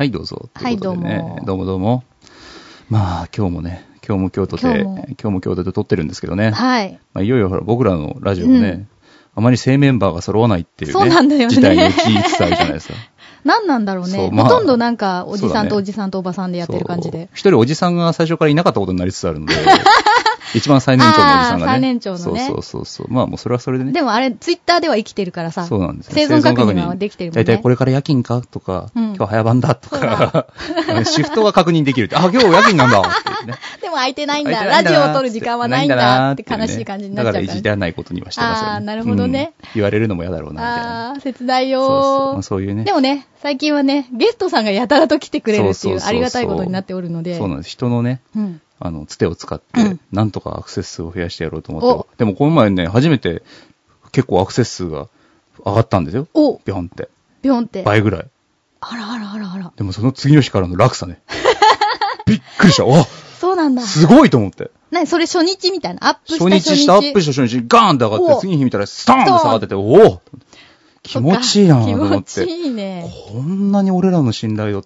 はい、どうぞ。 はい、どうも。 どうもどうも。まあ、今日も京都で撮ってるんですけどね。 はい。 まあ、いよいよほら、僕らのラジオもね、あまり正メンバーが揃わないっていうね。 そうなんだよね。 事態に陥りつつあるじゃないですか。 何なんだろうね。ほとんどなんか、おじさんとおじさんとおばさんでやってる感じで。 一人おじさんが最初からいなかったことになりつつあるので。一番最年長のおじさんがね。 最年長のね。 そう。まあもうそれはそれでね。 でもあれ、ツイッターでは生きてるからさ。 そうなんですよ。 生存確認はできてるもんね。 だいたいこれから夜勤かとか、今日早番だとか、シフトが確認できるって、あ、今日夜勤なんだってね。 でも空いてないんだ。ラジオを撮る時間はないんだって悲しい感じになっちゃうから。 だからいじらないことにはしてますよね。 なるほどね。 言われるのも嫌だろうな、みたいな。 切ないよ。 そういうね。 でもね、最近はね、ゲストさんがやたらと来てくれるっていうありがたいことになっておるので。 そうなんです。人のね、つてを使って、なんとかアクセス数を増やしてやろうと思って。でもこの前ね、初めて結構アクセス数が上がったんですよ。ビョンって。 ビョンって。 倍ぐらい。 あら。 でもその次の日からの落差ね。びっくりした。 そうなんだ。 すごいと思って。 それ初日みたいな。アップした初日ガーンって上がって、次の日見たらストーンって下がってて、気持ちいいなぁと思って。 気持ちいいね。 こんなに俺らの信頼度って、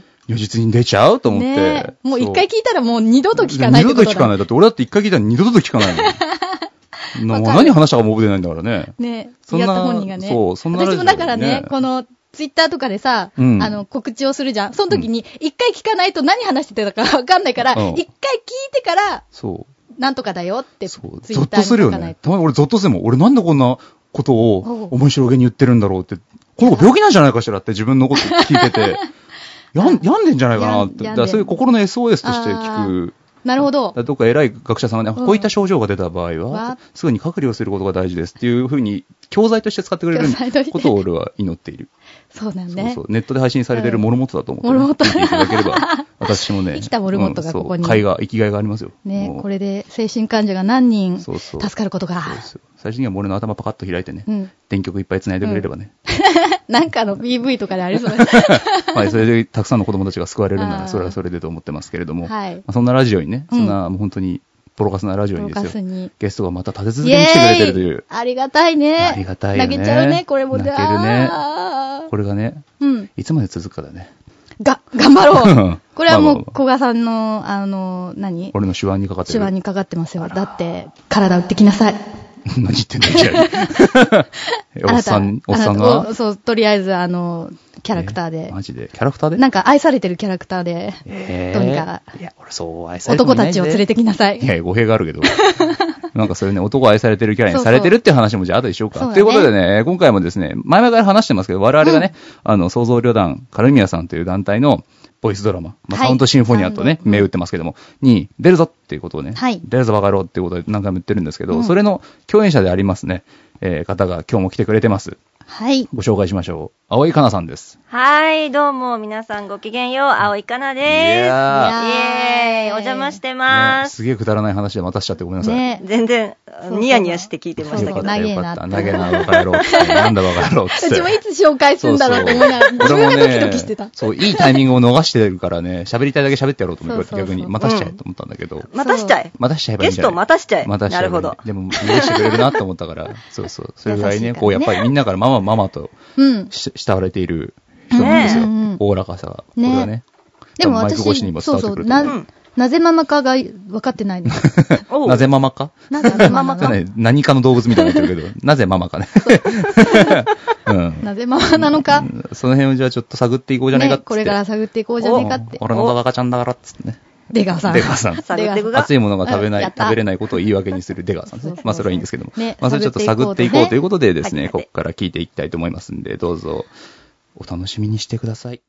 如実に出ちゃうと思って。 ね、もう一回聞いたらもう二度と聞かないってことだ。 二度と聞かない。だって俺だって一回聞いたら二度と聞かないの。もう何話したかも覚えてないんだからね。 ね、やった本人がね。 そんな私もだからね、このツイッターとかでさ、告知をするじゃん。その時に一回聞かないと何話してたかわかんないから、一回聞いてから、なんとかだよってツイッターに書かないと。ゾッとするよね。 たまに俺ゾッとするもん。俺なんでこんなことを面白げに言ってるんだろうって、この子病気なんじゃないかしらって自分のこと聞いてて。病んでんじゃないかなって。だからそういう心の SOS として聞く。 なるほど。 どっか偉い学者さんがね、こういった症状が出た場合は、すぐに隔離をすることが大事ですっていうふうに、教材として使ってくれることを俺は祈っている。 そうなんね。 そう。ネットで配信されているモルモットだと思って、モルモット。聞いていただければ、私もね。 生きたモルモットがここに。 生きがいがありますよ。 ね、これで精神患者が何人助かることが。そうですよ。 最初には俺の頭パカッと開いてね、電極いっぱい繋いでくれればね。 なんかの PV とかでありそうです。 はい、それでたくさんの子供たちが救われるなら、それはそれでと思ってますけれども、そんなラジオにね、そんなもう本当にポロカスなラジオにですよ、ゲストがまた立て続けに来てくれてるという。 ありがたいね。 ありがたいよね。 投げちゃうね、これも。 泣けるね。これがね、いつまで続くかだね。 頑張ろう。これはもう、古賀さんの、何？ 俺の手腕にかかってる。 手腕にかかってますよ。だって、体売ってきなさい。 何言ってんのいきなり。おっさんがそう、とりあえず、キャラクターで。 マジでキャラクターでなんか愛されてるキャラクターで。とにかく。 いや、俺そう愛されてる。 男たちを連れてきなさい。 いや、語弊があるけど。なんかそういうね、男愛されてるキャラにされてるって話もじゃあ後でしようか。ということでね、今回もですね、前々から話してますけど、我々がね、創造旅団カルミヤさんという団体のボイスドラマ、サウンドシンフォニアとね、銘打ってますけども、に出るぞっていうことをね、出るぞバカ野郎っていうことで何回も言ってるんですけど、それの共演者でありますね、方が今日も来てくれてます。 はい。 ご紹介しましょう。青井かなさんです。 はい、どうも、皆さんごきげんよう、青井かなです。イエーイ。お邪魔してます。 すげえくだらない話で待たしちゃってごめんなさい。 全然、ニヤニヤして聞いてましたけど。 長えな。 長えな、バカ野郎って。なんだバカ野郎って。 うちもいつ紹介するんだろうと思いながら、自分がドキドキしてた。 そう、いいタイミングを逃してるからね、喋りたいだけ喋ってやろうと思って、逆に待たしちゃえと思ったんだけど。 待たしちゃえ待たしちゃえばいいんじゃない？ ゲスト待たしちゃえ。 待たしちゃえ。 なるほど。 でも、許してくれるなって思ったから、そう。それぐらいね、こう、やっぱりみんなからママと、慕われている人なんですよ。おおらかさが。これはね。 でも私、そうなぜママかが分かってないです。 なぜママかなぜママか何かの動物みたいになってるけど、なぜママかね。 なぜママなのか。 その辺をじゃあちょっと探っていこうじゃないかって。 これから探っていこうじゃないかって。 俺のバカちゃんだからっつってね。 出川さん。 熱いものが食べれないことを言い訳にする出川さんですね。まあそれはいいんですけども。まあそれちょっと探っていこうということでですね、ここから聞いていきたいと思いますんで、どうぞお楽しみにしてください。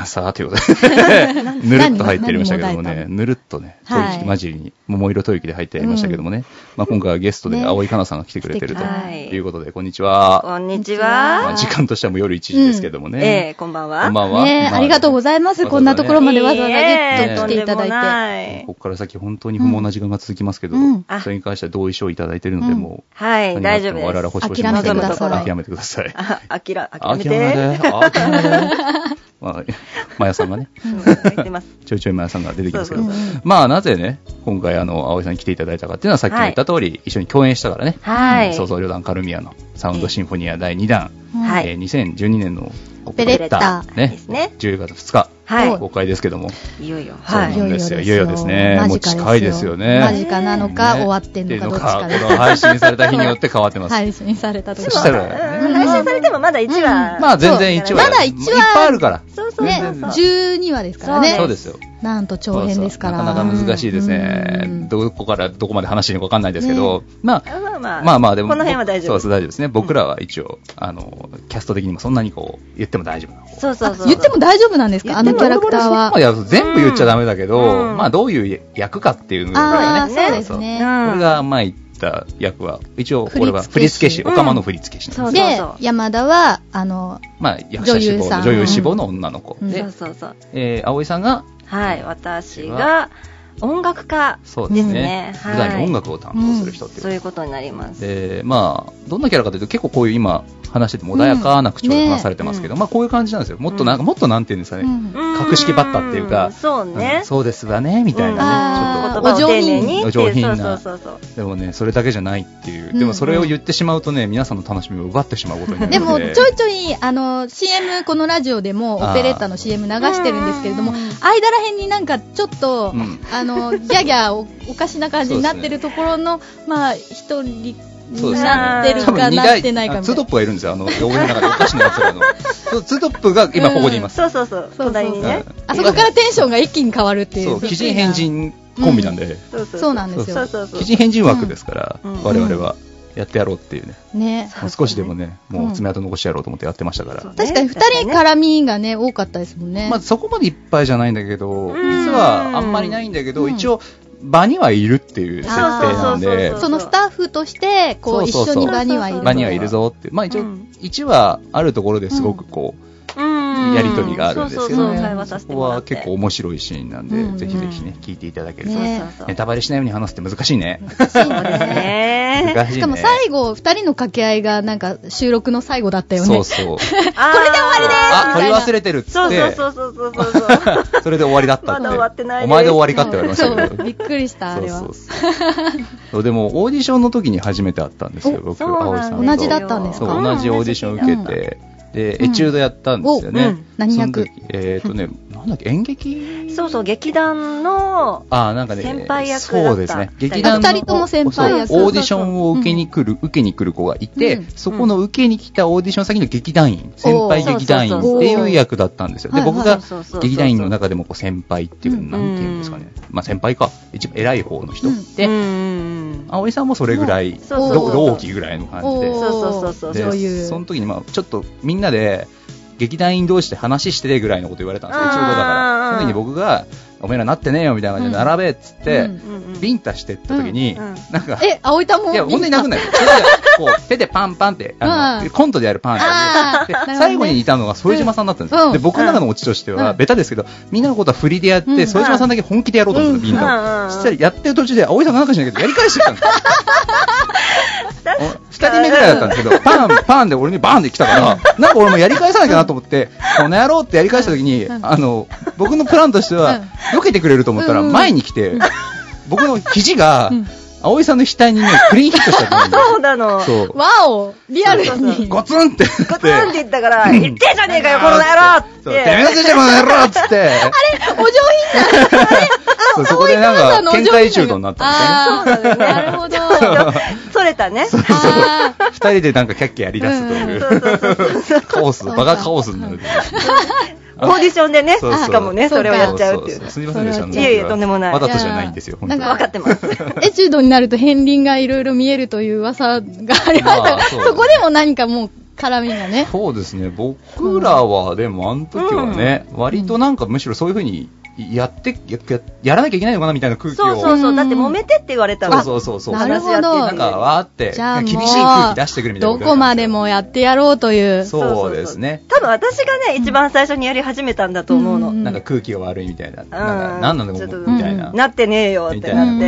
さあ、ということで、ぬるっと入っておりましたけどもね、ぬるっとね、吐息混じりに、桃色吐息で入っておりましたけどもね、まあ今回はゲストで青井香奈さんが来てくれてるということで、こんにちは。 こんにちは。 時間としてはもう夜1時ですけどもね。 こんばんは。 こんばんは。 ありがとうございます。こんなところまでわざわざね、来ていただいて。 ここから先本当に不毛な時間が続きますけど、それに関しては同意書をいただいているので、もう、 はい、大丈夫です。 我々星々 諦めてください。 諦めてください。 諦めて。 諦めて。まあ、まやさんがね、ちょいちょいまやさんが出てきますけど、まあなぜね、今回青井さんに来ていただいたかっていうのはさっきも言った通り、一緒に共演したからね、創造旅団カルミアのサウンドシンフォニア第2弾、2012年のオペレッタね、10月2日、公開ですけども、 いよいよ、 そうなんですよ、いよいよですね、もう近いですよね。 間近なのか、終わってんのか、どっちかね。この配信された日によって変わってます。 配信された時。 そしたら、 配信されてもまだ1話。 まあ全然1話。 まだ1話。いっぱいあるから。 そうそう。 ね、12話ですからね。 そうですよ。 なんと長編ですから。 なかなか難しいですね。どこからどこまで話していいのか分かんないですけど、まあでも、 この辺は大丈夫。 そうです、大丈夫ですね。僕らは一応、キャスト的にもそんなにこう、言っても大丈夫な方。 そう。言っても大丈夫なんですか、あのキャラクターは。 いや、全部言っちゃダメだけど、まあどういう役かっていうのがね。 そうですね。 これが前言った役は、一応これは振付師、オカマの振付師なんです。 で、山田は、 まあ役者志望、女優志望の女の子。で、青井さんが、 はい、私が音楽家ですね。 そうですね。舞台の音楽を担当する人っていう。 そういうことになります。 で、まあ、どんなキャラかというと、結構こういう今、話してても穏やかな口調で話されてますけど、まあこういう感じなんですよ。もっとなんていうんですかね、格式ばったっていうか、 そうね。 そうですわね、みたいなね、ちょっとお上品に。 お上品な。でもね、それだけじゃないっていう。でもそれを言ってしまうとね、皆さんの楽しみを奪ってしまうことになるので。 でも、ちょいちょい、CM、このラジオでも、オペレッタの CM 流してるんですけれども、間らへんになんかちょっと、ギャギャおかしな感じになってるところの、まあ、一人、なってるかなってないかみたいな。 ツートップがいるんですよ。俺の中でおかしなやつらの。ツートップが今ここにいます。 そう。隣にね。 あそこからテンションが一気に変わるっていう。 そう、奇人変人コンビなんで。 そうなんですよ。 奇人変人枠ですから、我々は。やってやろうっていうね。 ね。 少しでもね、もう爪痕残してやろうと思ってやってましたから。 確かに2人絡みがね、多かったですもんね。 まあそこまでいっぱいじゃないんだけど、実はあんまりないんだけど、一応、場にはいるっていう設定なんで。 そのスタッフとして、こう、一緒に場にはいる。 場にはいるぞって。まあ一応、1話あるところですごくこう、やりとりがあるんですけど、そこは結構面白いシーンなんで、ぜひぜひね、聞いていただけると。ネタバレしないように話すって難しいね。 難しいね。しかも最後、2人の掛け合いがなんか収録の最後だったよね。 そう。これで終わりですあ、 取り忘れてるっつって。 そう。 それで終わりだったって。 まだ終わってない。 お前で終わりかって言われましたけど。 びっくりした、あれは。 でも、オーディションの時に初めて会ったんですよ、僕、青井さんと。 同じだったんですか？ 同じオーディション受けて。で、エチュードやったんですよね。 何役？ なんだっけ、演劇？ そう、劇団の、 なんかね、 先輩役だった。 そうですね。劇団の、 2人とも先輩役。 オーディションを受けに来る子がいて、そこの受けに来たオーディション先の劇団員、先輩劇団員っていう役だったんですよ。で、僕が劇団員の中でも先輩っていう、なんていうんですかね。まあ先輩か、一番偉い方の人。で、葵さんもそれぐらい、同期ぐらいの感じで。で、その時にまあ、ちょっとみんなで、劇団員同士で話してぐらいのこと言われたんですよ、ちょうどだから。その時に僕が、おめえらなってねえよみたいな感じで並べっつって、ビンタしてった時に、なんか、 葵田もいや、ほんとになくないよ。こう、手でパンパンって、コントでやるパンって。最後にいたのが副島さんだったんですよ。で、僕の中のオチとしては、ベタですけど、みんなのことは振りでやって、副島さんだけ本気でやろうと思ったんですよ、ビンタを。そしたら、やってる途中で、葵さんがなんかしないけど、やり返してきたんですよ。二人目ぐらいだったんですけど、パンで俺にバーンって来たから、なんか俺もやり返さなきゃなと思って、この野郎ってやり返した時に、僕のプランとしては、避けてくれると思ったら前に来て、僕の肘が、葵さんの額にね、クリーンヒットしたってそうなの。 そう。 わおリアルに。 ゴツンって。 ゴツンって言ったから、言ってんじゃねえかよ、この野郎って。 てめえのせいじゃこの野郎っつって。あれ、 お上品な。 そう、そこでなんか、喧嘩エチュードになったんですね。 なるほど。 それたね。 二人でなんかキャッキャやり出すという。カオス、場がカオスになる。 オーディションでね、しかもね、それをやっちゃうっていう。 すみませんでした。 いえ、とんでもない。 わざとじゃないんですよ、 本当に。分かってます。 エチュードになると片鱗がいろいろ見えるという噂がありました。そこでも何かもう絡みがね。 そうですね。僕らは、でも、あの時はね、割となんかむしろそういう風に、やらなきゃいけないのかなみたいな空気を。 そう。だって揉めてって言われたら。 そう。 なるほど。 なんか、わーって、厳しい空気出してくるみたいな。 どこまでもやってやろうという。 そうですね。 多分私がね、一番最初にやり始めたんだと思うの。 なんか空気が悪いみたいな。なんか、なんなのみたいな。 なってねえよってなって。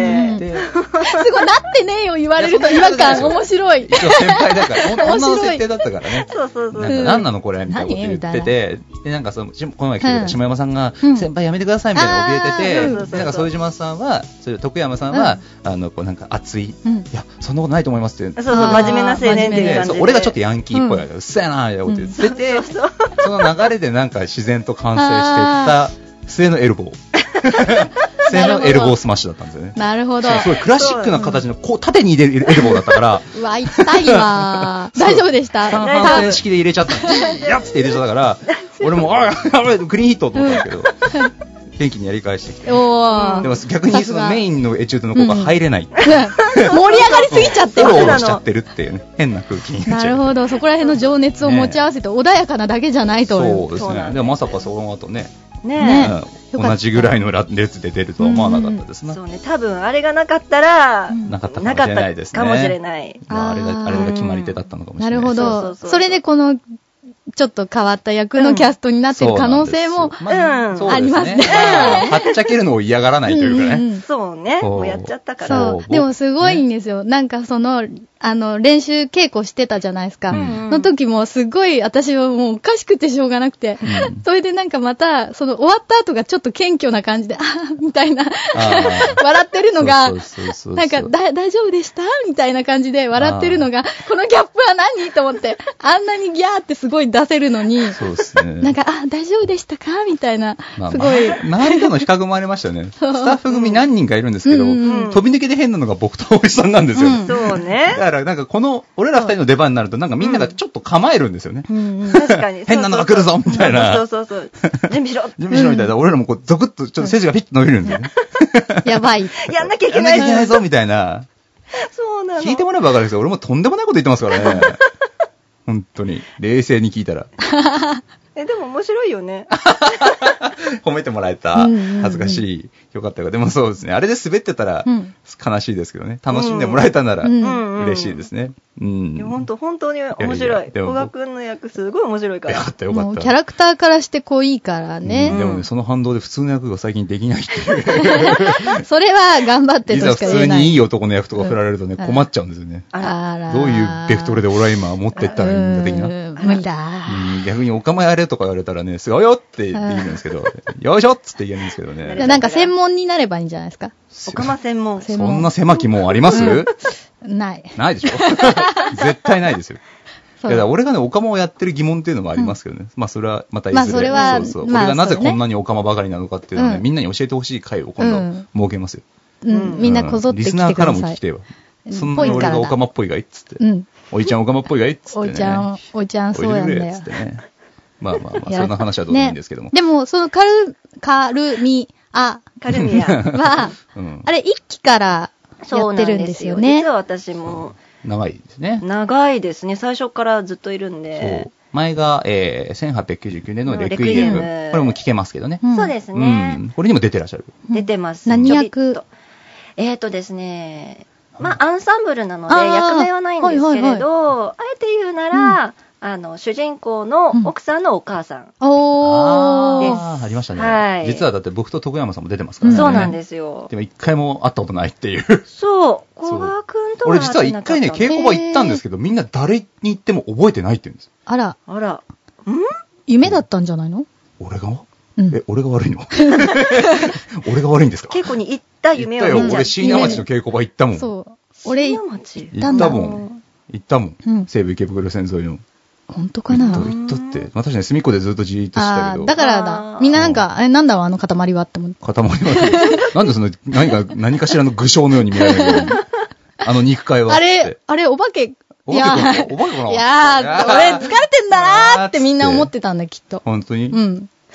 すごい、なってねえよ言われると違和感面白い。 一応先輩だから、女の設定だったからね。 そう。 なんなのこれみたいなこと言ってて、で、なんかこの前来てた下山さんが、先輩やめてくださいみたいな怯えてて、なんか副島さんは、徳山さんは、こうなんか熱い、いや、そんなことないと思いますって。 そう、真面目な青年っていう感じで。 俺がちょっとヤンキーっぽいから、うっせえなーみたいなこと言ってて、その流れでなんか自然と完成していった末のエルボー。末のエルボースマッシュだったんですよね。 なるほど。 すごいクラシックな形の、こう縦に入れるエルボーだったから。 うわ、痛いわ。大丈夫でした。 三半線式で入れちゃった。やっつって入れちゃったから、俺も、クリーンヒットと思ったんですけど。元気にやり返してきて。でも逆にそのメインのエチュードの子が入れない。 盛り上がりすぎちゃってる。フォローしちゃってるっていうね。変な空気になっちゃう。 なるほど。そこら辺の情熱を持ち合わせて穏やかなだけじゃないと。 そうですね。でもまさかその後ね。同じぐらいの列で出るとは思わなかったですね。 そうね。多分あれがなかったら、 なかったかもしれないですね。 かもしれない。 あれが決まり手だったのかもしれない。 なるほど。それでこの、ちょっと変わった役のキャストになっている可能性もありますね。 はっちゃけるのを嫌がらないというかね。 そうね。もうやっちゃったから。 そう。でもすごいんですよ。なんかその、練習稽古してたじゃないですか。の時もすごい私はもうおかしくてしょうがなくて。それでなんかまた、その終わった後がちょっと謙虚な感じで、みたいな、笑ってるのが、なんか大丈夫でしたみたいな感じで笑ってるのが、このギャップは何と思って、あんなにギャーってすごい出せるのに、なんか、大丈夫でしたかみたいな、すごい。 周りとの比較もありましたよね。スタッフ組何人かいるんですけど、飛び抜けで変なのが僕と大石さんなんですよね。 そうね。 だからなんか俺ら二人の出番になるとなんかみんながちょっと構えるんですよね。 確かに。 変なのが来るぞみたいな。 そう。準備しろみたいな。俺らもこうゾクッとちょっと背筋がピッと伸びるんですよね。 やばい。 やんなきゃいけないぞみたいな。 そうなの。 聞いてもらえばわかるんですけど、俺もとんでもないこと言ってますからね。本当に。冷静に聞いたら。 でも面白いよね。 褒めてもらえた。恥ずかしい。よかったよ。でもそうですね。あれで滑ってたら悲しいですけどね。楽しんでもらえたなら嬉しいですね。 本当に面白い。古賀くんの役すごい面白いから。 よかった。もうキャラクターからして濃いからね。 でもね、その反動で普通の役が最近できないっていう。 それは頑張ってとしか言えない。 いざ普通にいい男の役とか振られるとね、困っちゃうんですよね。どういうベクトルで俺は今持ってったらいいんだ的な。 無理だ。 逆にお構いあれとか言われたらね、すごいよって言うんですけど、よいしょっつって言うんですけどね。 なんか専門になればいいんじゃないですか。 お釜専門。 そんな狭き門あります？ ない。 ないでしょ絶対ないですよ。いや、俺がね、お釜をやってる疑問っていうのもありますけどね。まあ、それはまたいずれ。 それは、 俺がなぜこんなにお釜ばかりなのかっていうのをね、みんなに教えてほしい回を今度設けますよ。 みんなこぞってきてください。 リスナーからも聞きてよ。そんなに俺がお釜っぽいがいっつって。おいちゃんお釜っぽいがいっつって。 おいちゃんそうなんだよ。 まあ、そんな話はどうでもいいんですけども。 でも、そのカルミアは、あれ、一期からやってるんですよね。 実は私も。 長いですね。 長いですね。最初からずっといるんで。 そう。前が、1899年のレクイエム。これも聞けますけどね。 そうですね。 これにも出てらっしゃる。 出てます。 何役？ ですね、まあ、アンサンブルなので、役名はないんですけれど、あえて言うなら、主人公の奥さんのお母さん。です。 ありましたね。 はい。 実はだって僕と徳山さんも出てますからね。 そうなんですよ。 でも一回も会ったことないっていう。 そう。古賀くんとは俺実は一回ね、稽古場行ったんですけど、みんな誰に行っても覚えてないって言うんですよ。 あら。 夢だったんじゃないの？ 俺が俺が悪いの俺が悪いんですか？ 稽古に行った夢を見ちゃう。 俺椎名町の稽古場行ったもん。 そう。俺行ったんだもん。 行ったもん。西武池袋線沿いの。 本当かな？ 行っとって。私ね、隅っこでずっとじーっとしたけど。 だからだ。みんななんか、なんだろう、あの塊はって思って。 塊は。なんでその、何かしらの具象のように見られるの？あの肉塊は。 あれ、お化け。 お化けかな？ いやー、俺疲れてんだなーってみんな思ってたんだ、きっと。 本当に？ うん。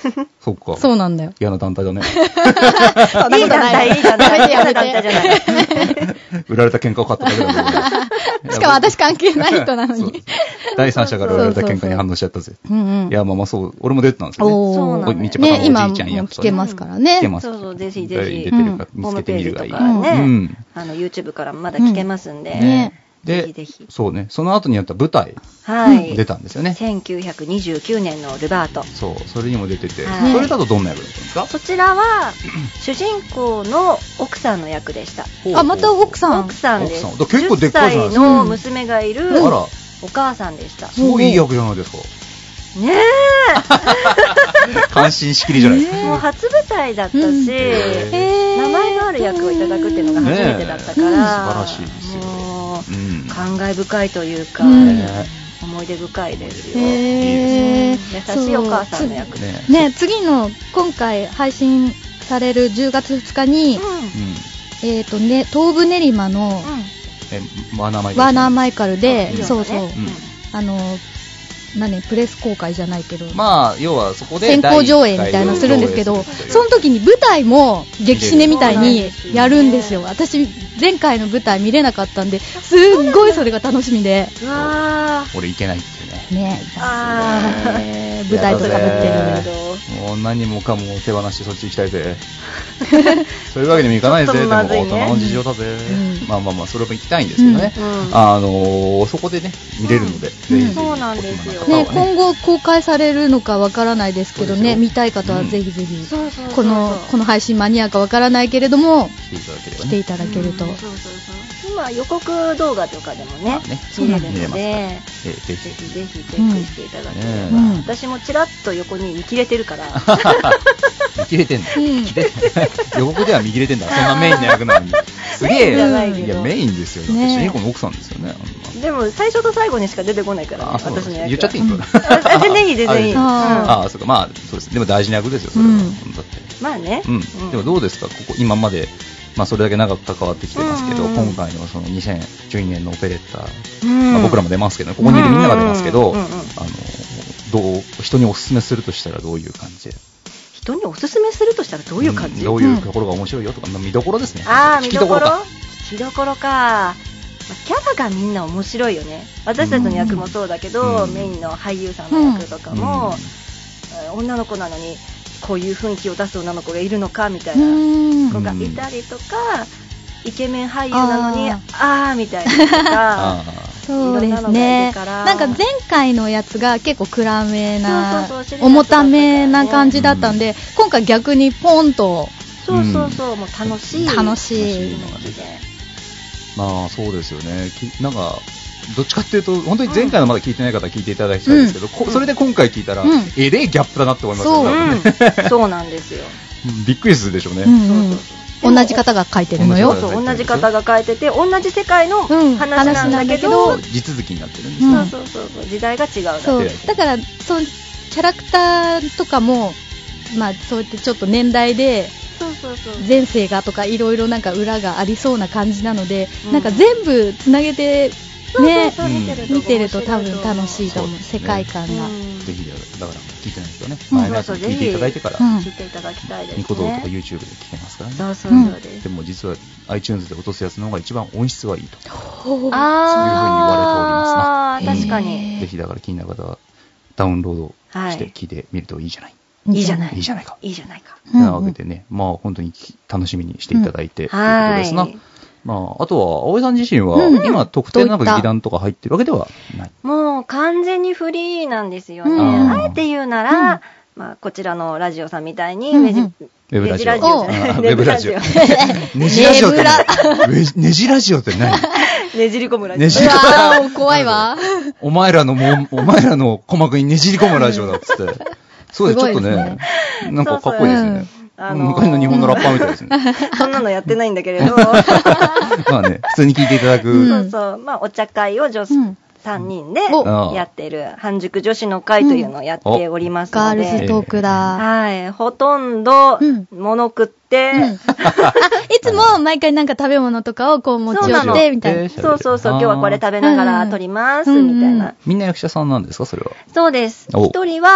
そっか。 そうなんだよ。 嫌な団体だね。 いい団体じゃない。嫌な団体じゃない。 売られた喧嘩を買っただけだね。 しかも私関係ない人なのに。 第三者から売られた喧嘩に反応しちゃったぜ。いや、まあまあそう、俺も出てたんですよね。 そうなんですね。今も聞けますからね。 聞けます。 そうそう、ぜひぜひ。 出てるか見つけてみるがいい。 ホームページとかね。YouTube からまだ聞けますんで。ね。 で、そうね、その後にやった舞台、出たんですよね。 1929年のルバート。 そう、それにも出てて、それだとどんな役だったんですか？ そちらは、主人公の奥さんの役でした。 あ、また奥さん？ 奥さんです。 結構でっかいじゃないですか。 10歳の娘がいるお母さんでした。 すごいいい役じゃないですか。 ねえ。 感心しきりじゃないですか。 もう初舞台だったし、名前のある役をいただくっていうのが初めてだったから、素晴らしいですよ。 感慨深いというか、思い出深いですよ。優しいお母さんの役で。 ね、次の今回配信される10月2日に、東武練馬のワーナーマイカルで、そうそう、プレス公開じゃないけど、 まあ要はそこで先行上映みたいなのするんですけど、その時に舞台も劇シネみたいにやるんですよ。私前回の舞台見れなかったんで、すっごいそれが楽しみで。 俺行けないっていうね。 ね、舞台とかぶってる。 もう何もかも手放してそっち行きたいぜ。そういうわけにもいかないぜ。でも大人の事情だぜ。まあまあまあそれも行きたいんですけどね。そこでね見れるので。 そうなんですよ。 ね、今後公開されるのかわからないですけどね、見たい方はぜひぜひこの配信間に合うかわからないけれども来ていただけると。 今予告動画とかでもね見れるので、ぜひぜひチェックしていただければ。私もちらっと横に見切れてるから。 見切れてんだ。予告では見切れてんだ。そんなメインの役なのに。すげえ。いやメインですよ。主人公の奥さんですよね。 でも最初と最後にしか出てこないからね、私の役。 言っちゃっていいの？ 全然いい全然いい。 ああ、そうか。まあそうです。でも大事な役ですよそれは。だって。 まあね。 でもどうですか、ここ今まで。まあそれだけ長く関わってきてますけど、今回のその2012年のオペレッタ、僕らも出ますけど、ここにいるみんなが出ますけど、人におすすめするとしたらどういう感じで？ 人におすすめするとしたらどういう感じ？ どういうところが面白いよとか、見どころですね。 見どころか。キャラがみんな面白いよね。私たちの役もそうだけど、メインの俳優さんの役とかも、女の子なのにこういう雰囲気を出す女の子がいるのかみたいな子がいたりとか、イケメン俳優なのにみたいなとか、 そうですね。なんか前回のやつが結構暗めな、重ためな感じだったんで、今回逆にポンと、 もう楽しいのがね。 まあそうですよね。なんかどっちかっていうと本当に前回のまだ聞いてない方は聞いていただきたいんですけど、それで今回聞いたらえれえギャップだなって思いますよね。 そうなんですよ。 びっくりするでしょうね。 同じ方が書いてるのよ。 同じ方が書いてて同じ世界の話なんだけど、 地続きになってるんですね。そう時代が違うだけ。だからそのキャラクターとかもまあそうやってちょっと年代で前世がとかいろいろなんか裏がありそうな感じなので、なんか全部つなげてね、見てると多分楽しいと思う、世界観が。 ぜひだから聞いてない人はね、前のやつ聞いていただいてから聞いていただきたいですね。 ニコ動とか YouTube で聞けますからね。 そうです。 でも実は iTunes で落とすやつの方が一番音質がいいとそういうふうに言われておりますな。 確かに。 ぜひだから気になる方はダウンロードして聞いてみるといいじゃない。 いいじゃない。 いいじゃないか。 いいじゃないか。 というわけでね、まあ本当に楽しみにしていただいてということですな。まあ、あとは、葵さん自身は、今、特定の劇団とか入ってるわけではない。 もう、完全にフリーなんですよね。あえて言うなら、まあ、こちらのラジオさんみたいに、 ウェブラジオ。ウェブラジオ。ネジラジオってネジラジオって何？ ねじり込むラジオ。 うわー、怖いわ。 お前らの鼓膜にねじり込むラジオだっつって。そうです、ちょっとね、なんかかっこいいですね。昔の日本のラッパーみたいですね。 そんなのやってないんだけれど。 まあね、普通に聞いていただく。 まあ、お茶会を女子3人でやってる、半熟女子の会というのをやっておりますので。 ガールズトークだ。 はい。ほとんど、物食って、 いつも毎回なんか食べ物とかをこう持ち寄って、みたいな。 そう、今日はこれ食べながら撮ります、みたいな。 みんな役者さんなんですか、それは。 そうです。一人は、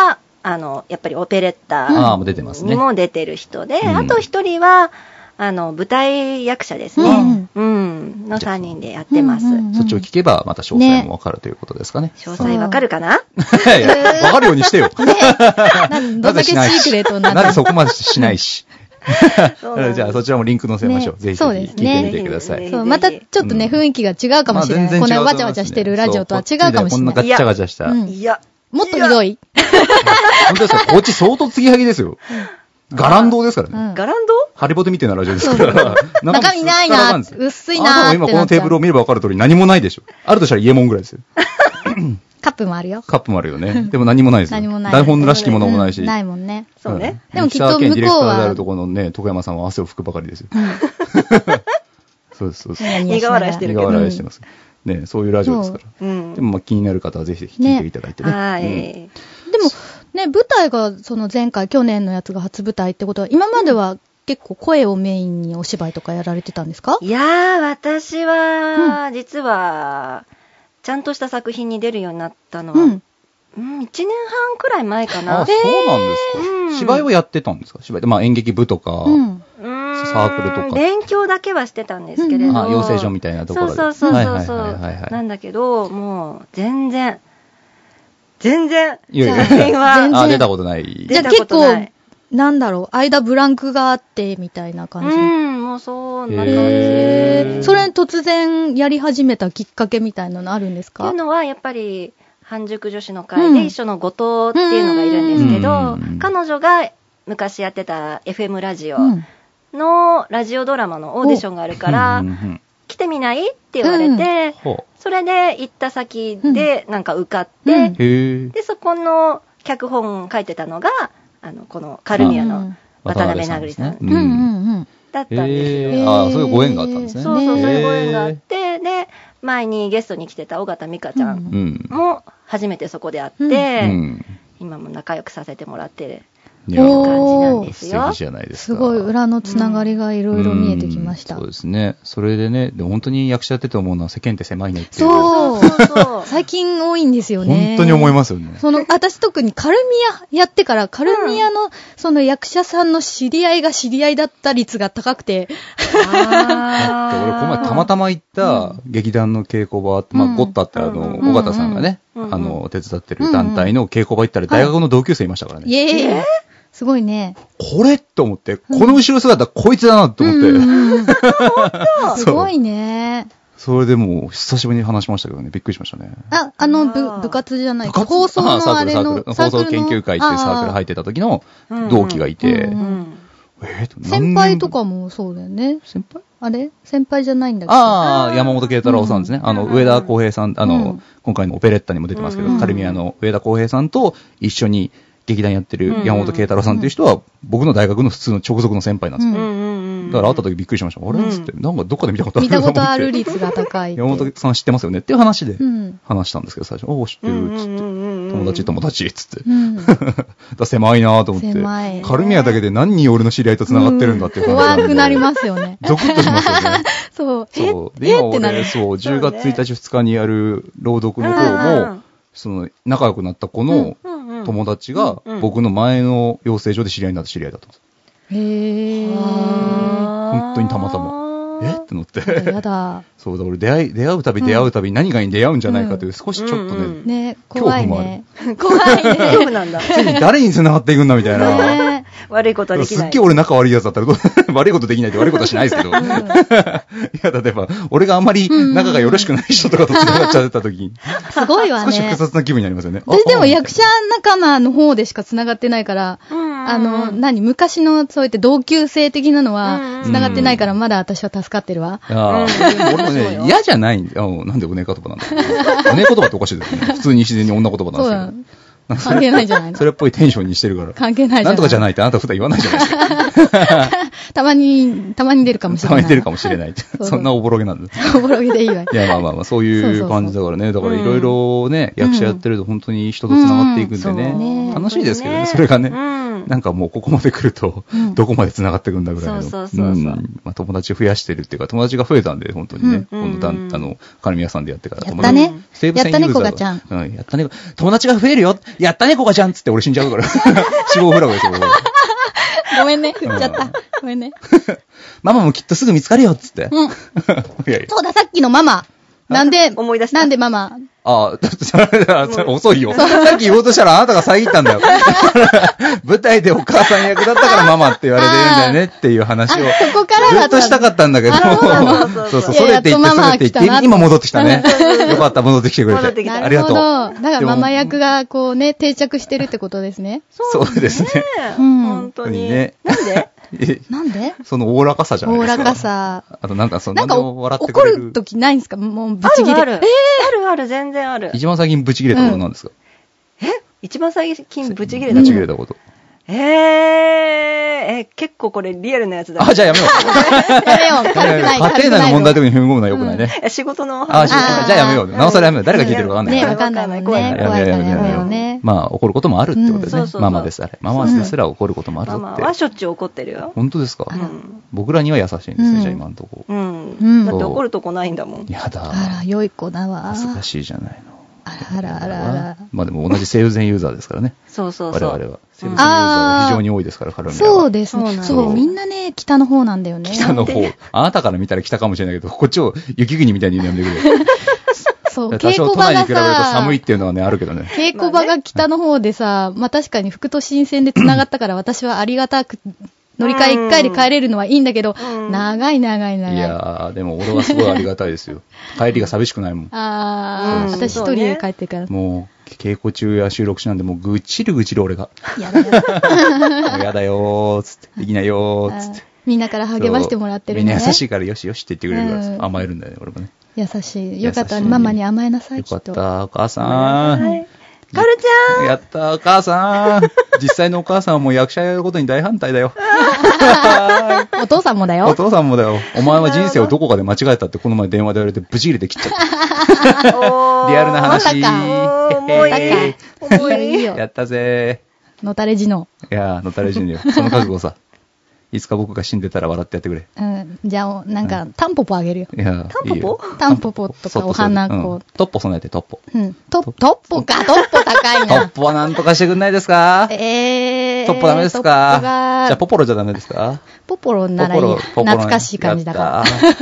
やっぱりオペレッタにも出てる人で、あと一人は、舞台役者ですね。の3人でやってます。 そっちを聞けば、また詳細もわかるということですかね。 詳細わかるかな？ いや、わかるようにしてよ。 どんだけシークレットなんでそこまでしないし。じゃあ、そちらもリンク載せましょう。ぜひ聞いてみてください。 またちょっとね、雰囲気が違うかもしれない。こんなわちゃわちゃしてるラジオとは違うかもしれない。 こんなガチャガチャした。 いや、 もっとひどい。 本当ですか？こっち相当継ぎはぎですよ。ガランドですからね。 ガランド？ ハリボテみたいなラジオですから。 中身ないな、薄いな。 今このテーブルを見れば分かる通り何もないでしょ。あるとしたらイエモンぐらいですよ。 カップもあるよ。 カップもあるよね。でも何もないですよ。 何もない。 台本らしきものもないし。 ないもんね。 そうね。 でもきっと向こうは。ディレクターであるところのね、徳山さんは汗を拭くばかりですよ。そうです、そうです。 苦笑いしてるけど。 苦笑いしてます。ね、そういうラジオですから。でも気になる方はぜひ聞いていただいてね。 はい。 でも、ね、舞台が、前回、去年のやつが初舞台ってことは、今までは結構声をメインにお芝居とかやられてたんですか？ いやー、私は、実は、ちゃんとした作品に出るようになったのは、1年半くらい前かな。 あ、そうなんですか。芝居をやってたんですか？芝居で、演劇部とか、サークルとか。 勉強だけはしてたんですけれど。 養成所みたいなところで。 そう。なんだけど、もう、全然、作品は。 出たことない。 じゃあ結構、なんだろう、間ブランクがあって、みたいな感じ。 もうそんな感じ。 それ突然やり始めたきっかけみたいなのあるんですか？ っていうのは、やっぱり、半熟女子の会で一緒の後藤っていうのがいるんですけど、彼女が昔やってた FM ラジオのラジオドラマのオーディションがあるから、来てみないって言われて、それで行った先でなんか受かって、で、そこの脚本書いてたのが、このカルミアの渡辺なぐりさんだったんですよ。 そういうご縁があったんですね。 そういうご縁があって、で、前にゲストに来てた尾形美香ちゃんも初めてそこで会って、今も仲良くさせてもらってる感じなんですよ。 素敵じゃないですか。 すごい裏のつながりがいろいろ見えてきました。 そうですね。それでね、でも本当に役者やってて思うのは世間って狭いねっていう。 そう。最近多いんですよね。 本当に思いますよね。 私特にカルミアやってから、カルミアのその役者さんの知り合いが知り合いだった率が高くて。 俺この前たまたま行った劇団の稽古場、ゴッタって尾形さんがね、手伝ってる団体の稽古場行ったら大学の同級生いましたからね。 すごいね。 これと思って、この後ろ姿こいつだなと思って。 すごいね。 それでもう久しぶりに話しましたけどね、びっくりしましたね。 部活じゃない。放送のあれの放送研究会っていうサークル入ってた時の同期がいて。 先輩とかもそうだよね。先輩？あれ先輩じゃないんだけど。 山本慶太郎さんですね。上田浩平さん、今回のオペレッタにも出てますけど、カルミアの上田浩平さんと一緒に劇団やってる山本慶太郎さんっていう人は、僕の大学の普通の直属の先輩なんですよ。だから会った時びっくりしました。あれつって、なんかどっかで見たことある。 見たことある率が高い。 山本さん知ってますよねっていう話で話したんですけど、最初、知ってる、つって。友達、つって。狭いなぁと思って。カルミアだけで何人俺の知り合いと繋がってるんだっていう感じ。怖くなりますよね。 ゾクッとしますよね。 そう。 で、今俺、10月1日2日にやる朗読の方も、仲良くなった子の友達が、僕の前の養成所で知り合いになった知り合いだったんです。本当にたまたま。ってなって。 やだ。 そうだ、俺出会うたび何かに出会うんじゃないかという少しちょっとね、 怖いね。 怖いね。恐怖なんだ。 次誰に繋がっていくんだみたいな。 悪いことはできない。 すっげえ俺仲悪いやつだったら悪いことできないって悪いことはしないですけど。いや、例えば、俺があんまり仲がよろしくない人とかと繋がっちゃった時に。 すごいわね。 少し複雑な気分になりますよね。 でも役者仲間の方でしか繋がってないから、昔のそうやって同級生的なのは繋がってないからまだ私は助かってるわ。 でも俺もね、嫌じゃないんだよ。なんでおね言葉なんだろう。おね言葉っておかしいですね。普通に自然に女言葉なんですけど。 関係ないじゃないの。 それっぽいテンションにしてるから。 関係ないじゃない。 なんとかじゃないってあなた普段言わないじゃないですか。 たまに出るかもしれない。 たまに出るかもしれない。そんなおぼろげなんだ。 おぼろげでいいわ。 いや、まあ、そういう感じだからね。だからいろいろね、役者やってると本当に人と繋がっていくんでね。楽しいですけどね、それがね。 なんかもうここまで来ると、どこまで繋がっていくんだぐらいの。 そう。 まあ、友達増やしてるっていうか、友達が増えたんで、本当にね。今度、カルミヤさんでやってから。 やったね。やったね、コガちゃん。 やったね。友達が増えるよ。やったね、コガちゃんつって俺死んじゃうから。死亡フラグですよ、 ごめんね、振っちゃった。ごめんね。 ママもきっとすぐ見つかるよ、つって。 そうだ、さっきのママ。なんでママ。 遅いよ。さっき言おうとしたらあなたが遮ったんだよ。舞台でお母さん役だったからママって言われてるんだよねっていう話を。 そこからずっとしたかったんだけど。そう、それって言って、今戻ってきたね。よかった、戻ってきてくれて。ありがとう。 だからママ役がこうね、定着してるってことですね。 そうですね。 本当に。 なんでそのおおらかさじゃないですか。 おおらかさ。 あとなんかなんか怒るときないんですか？もうブチギレ。 ある、全然ある。 一番最近ブチギレたことなんですか？ 一番最近ブチギレたこと？ ブチギレたこと。 結構これリアルなやつだ。 じゃあやめよう。 やめよう。家庭内の問題とかに踏み込むのは良くないね。 仕事の話。じゃあやめよう。なおさらやめよう。誰が聞いてるかわかんない。 ね、わかんないもんね。怖いからやめようね。 まあ、怒ることもあるってことですね。ママです、あれ。ママですら怒ることもあるって。 ママはしょっちゅう怒ってるよ。 本当ですか？僕らには優しいんですね、じゃあ今のとこ。 だって怒るとこないんだもん。 やだ。 あら、良い子だわ。 恥ずかしいじゃないの。 あら。 まあでも同じ西武線ユーザーですからね。 そう。 我々は。西武線ユーザーが非常に多いですから、カルミヤは。 そうですね。そう、みんなね、北の方なんだよね。 北の方。あなたから見たら北かもしれないけど、こっちを雪国みたいに言うんでくれ。 そう、 多少都内に比べると寒いっていうのはね、あるけどね。 稽古場が北の方でさ、まあ確かに福都新線で繋がったから私はありがたく、乗り換え1回で帰れるのはいいんだけど、長い。いやー、でも俺はすごいありがたいですよ。帰りが寂しくないもん。 私一人で帰ってから。 もう、稽古中や収録中なんで、もうぐちる俺が。 やだよ。 やだよー、つって。できないよー、つって。 みんなから励ましてもらってるね。 みんな優しいからよしよしって言ってくれるから、甘えるんだよね、俺もね。 優しい。よかった。ママに甘えなさい、きっと。 よかった、お母さん。 カルちゃんやった、お母さん。実際のお母さんはもう役者やることに大反対だよ。 お父さんもだよ。 お父さんもだよ。お前は人生をどこかで間違えたってこの前電話で言われてブチ切れて切っちゃった。リアルな話。 重いよ。 やったぜのたれ死の。 いやー、のたれ死のよ。その覚悟さ。いつか僕が死んでたら笑ってやってくれ。 じゃあ、なんか、タンポポあげるよ。 いや、 タンポポタンポポとかお花、こう。 トッポ備えて、トッポ。 トッポか、トッポ高いな。 トッポはなんとかしてくんないですか？トッポダメですか？じゃあ、ポポロじゃダメですか？ ポポロならいい。懐かしい感じだから。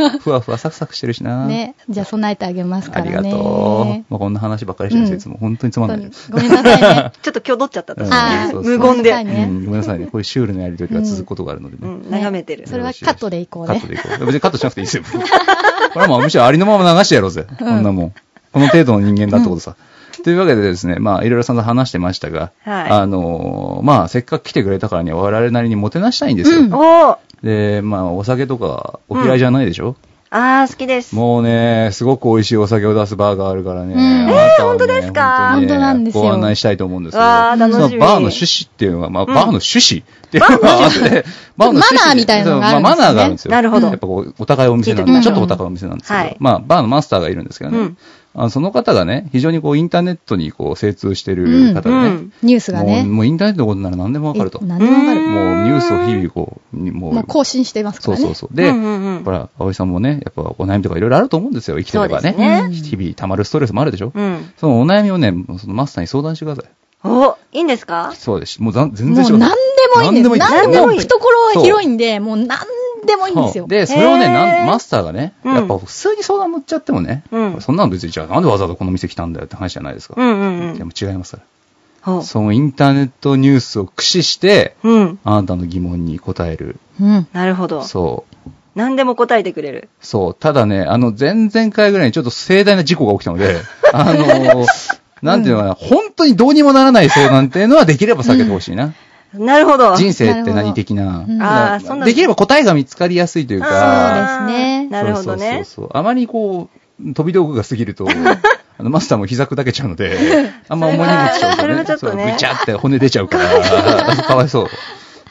ふわふわサクサクしてるしな。 ね。じゃあ、備えてあげますからね。 ありがとう。まあ、こんな話ばっかりしてるし、いつも本当につまんない。 ごめんなさいね。 ちょっと挙動っちゃった。 無言で。 ごめんなさいね。こういうシュールなやりとりが続くことがあるのでね。 眺めてる。 それはカットでいこうね。 カットでいこう。別にカットしなくていいですよ。これはもうむしろありのまま流してやろうぜ。こんなもん。この程度の人間だってことさ。というわけでですね、まあ、いろいろ散々話してましたが、まあ、せっかく来てくれたからには我々なりにもてなしたいんですよ。で、まあ、お酒とかお嫌いじゃないでしょ？ 好きです。 もうね、すごく美味しいお酒を出すバーがあるからね。 本当ですか？ 本当なんですよ。 ご案内したいと思うんですけど、 楽しみ。 バーの趣旨っていうのが、まあ、バーの趣旨っていうのがあって、バーのマナーみたいなのがあるんですよ。 マナーがあるんですよ。 なるほど。 やっぱこう、お高いお店なんで、ちょっとお高いお店なんですけど、まあ、バーのマスターがいるんですけどね。その方がね、非常にこう、インターネットにこう、精通してる方でね。 ニュースがね。 もうインターネットのことなら何でもわかると。 何でもわかる。 もうニュースを日々こう、 もう更新してますからね。 そう。で、ほら、葵さんもね、やっぱお悩みとかいろいろあると思うんですよ、生きてればね。日々溜まるストレスもあるでしょ。そのお悩みをね、そのマスターに相談してください。 いいんですか？ そうです。もう全然違う。 もう何でもいいんです。何でもいい。懐は広いんで、もう何でもいいんですよ。 で、それをね、マスターがね、やっぱ普通に相談乗っちゃってもね、そんなの別にじゃあなんでわざわざこの店来たんだよって話じゃないですか。でも違いますから。そのインターネットニュースを駆使して、あなたの疑問に答える。 なるほど。 そう。 何でも答えてくれる。 そう。ただね、前々回ぐらいにちょっと盛大な事故が起きたので、なんていうのかな、本当にどうにもならない相談っていうのはできれば避けてほしいな。 なるほど。 人生って何的な。 そんな。 できれば答えが見つかりやすいというか。 そうですね。 なるほどね。 そう。あまりこう、飛び道具が過ぎると、マスターも膝砕けちゃうので、あんま重い荷物しちゃうとね、 ちょっとね。 ぐちゃって骨出ちゃうから、かわいそう。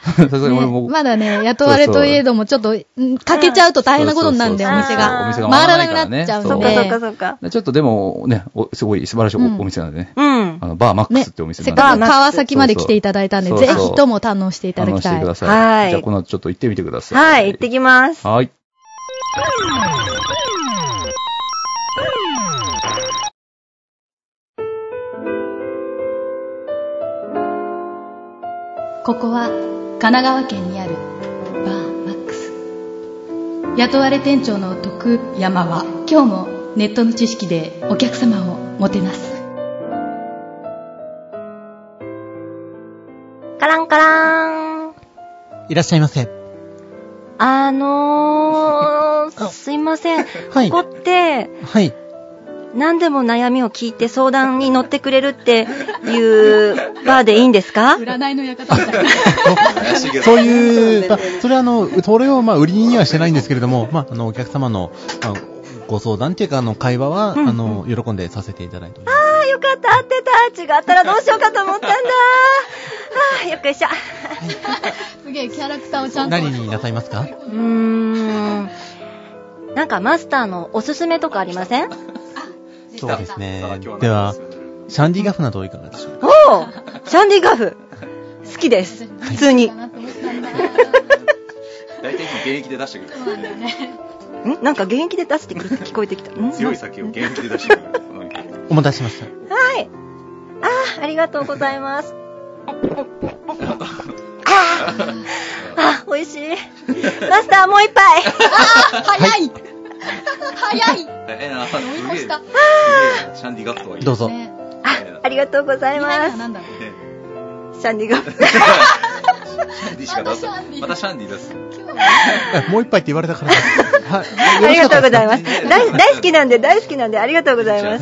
まだね、雇われといえども、ちょっと、かけちゃうと大変なことになるんで、お店が。回らなくなっちゃうんで。 そうか。 ちょっとでもね、すごい素晴らしいお店なんでね。バーマックスってお店なんで。 せっかく川崎まで来ていただいたんで、ぜひとも堪能していただきたい。 堪能してください。じゃあ、この後ちょっと行ってみてください。 はい、行ってきます。 はい。 ここは神奈川県にあるバーマックス。雇われ店長の徳山は今日もネットの知識でお客様をもてなす。 カランカラン。 いらっしゃいませ。 すいません。 はい。 ここって、 はい。 何でも悩みを聞いて相談に乗ってくれるっていうバーでいいんですか？ 占いの館みたいな。 そういう、それを売りにはしてないんですけれども、お客様の、ご相談っていうか、会話は、喜んでさせていただいております。 ああ、よかった、合ってた。違ったらどうしようかと思ったんだ。よっこいしょ。 すげえ、キャラクターをちゃんと。 何になさいますか？ なんかマスターのおすすめとかありません？ そうですね。では、シャンディガフなどいかがでしょうか？ おー、シャンディガフ。好きです。普通に。 大体現役で出してくる。そうなんだよね。 なんか現役で出してくるって聞こえてきた。 強い酒を現役で出してくる。 お待たせしました。 はい。ありがとうございます。美味しい。マスターもう一杯。 早い。早い。 飲みました。シャンディガフとはいい。 どうぞ。 ありがとうございます。シャンディガフ。シャンディしか出す。またシャンディ出す。 もう一杯って言われたから。 はい。ありがとうございます。大好きなんでありがとうございます。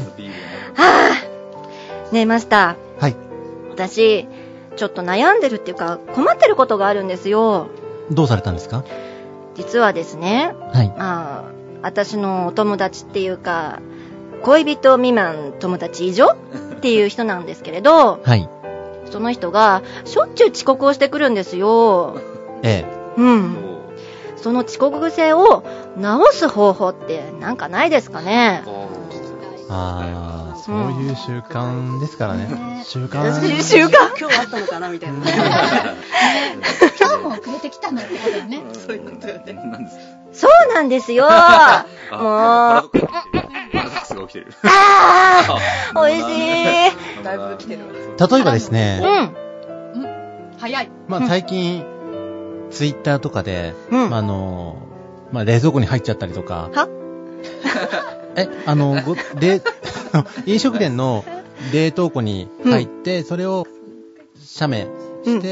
ねえマスター。はい。 私ちょっと悩んでるっていうか困ってることがあるんですよ。 どうされたんですか？ 実はですね。 はい。 私のお友達っていうか恋人未満友達以上っていう人なんですけれど、 はい。 その人がしょっちゅう遅刻をしてくるんですよ。 ええ。 その遅刻癖を直す方法ってなんかないですかね？ そういう習慣ですからね。習慣今日あったのかなみたいな。 今日もくれてきたんだってことだよね。 そういうことよね。何ですか？ そうなんですよ。もう。パラドックスが起きてる。 美味しい。 だいぶ来てる。 例えばですね。 早い。 最近ツイッターとかで、冷蔵庫に入っちゃったりとか。 は？ 飲食店の冷凍庫に入って、それを写メして、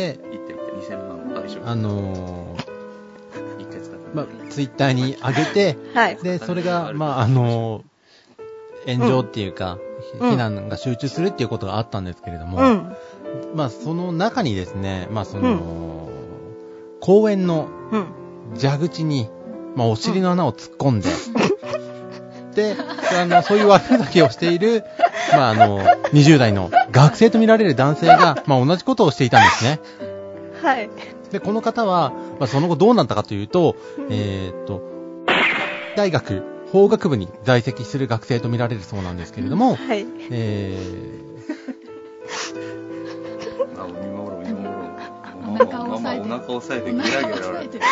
ツイッターに上げて、で、それが、炎上っていうか、非難が集中するっていうことがあったんですけれども、その中にですね、公園の蛇口に、お尻の穴を突っ込んで、で、そういう悪ふざけをしている、20代の学生と見られる男性が、同じことをしていたんですね。 はい。 で、この方は、その後どうなったかというと、大学法学部に在籍する学生と見られるそうなんですけれども、 はい。 お腹押さえてギラギラ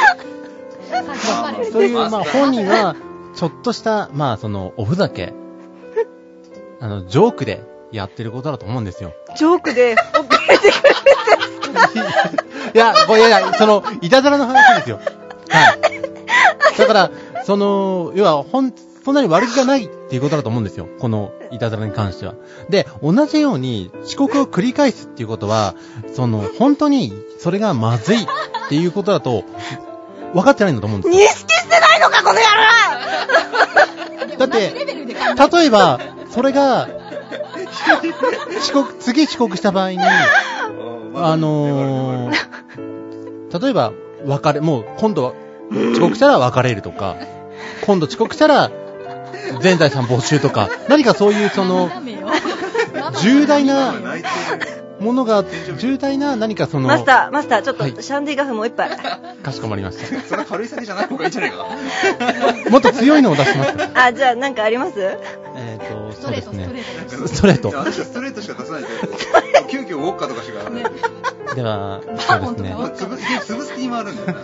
そういう、本人は、ちょっとした、おふざけ、ジョークでやってることだと思うんですよ。 ジョークで、遅れてくるんですか？いや、いたずらの話ですよ。はい。だから、要は、そんなに悪気がないっていうことだと思うんですよ。この、いたずらに関しては。で、同じように、遅刻を繰り返すっていうことは、本当に、それがまずいっていうことだと、分かってないんだと思うんですよ。 認識してないのか、この野郎！ だって、例えば、それが、次遅刻した場合に、例えば、もう、今度は、遅刻したら別れるとか、今度遅刻したら、全財産没収とか、何かそういう重大なものが重大な何かそのマスターちょっとシャンディガフもう一杯。 かしこまりました。 それは軽い酒じゃない方がいいんじゃないか。 もっと強いのを出します。 あ、じゃあなんかあります？ そうですね。ストレート。 私ストレートしか出さないけど、急遽ウォッカとかしか。 では、そうですね。 潰す気もあるんだよな。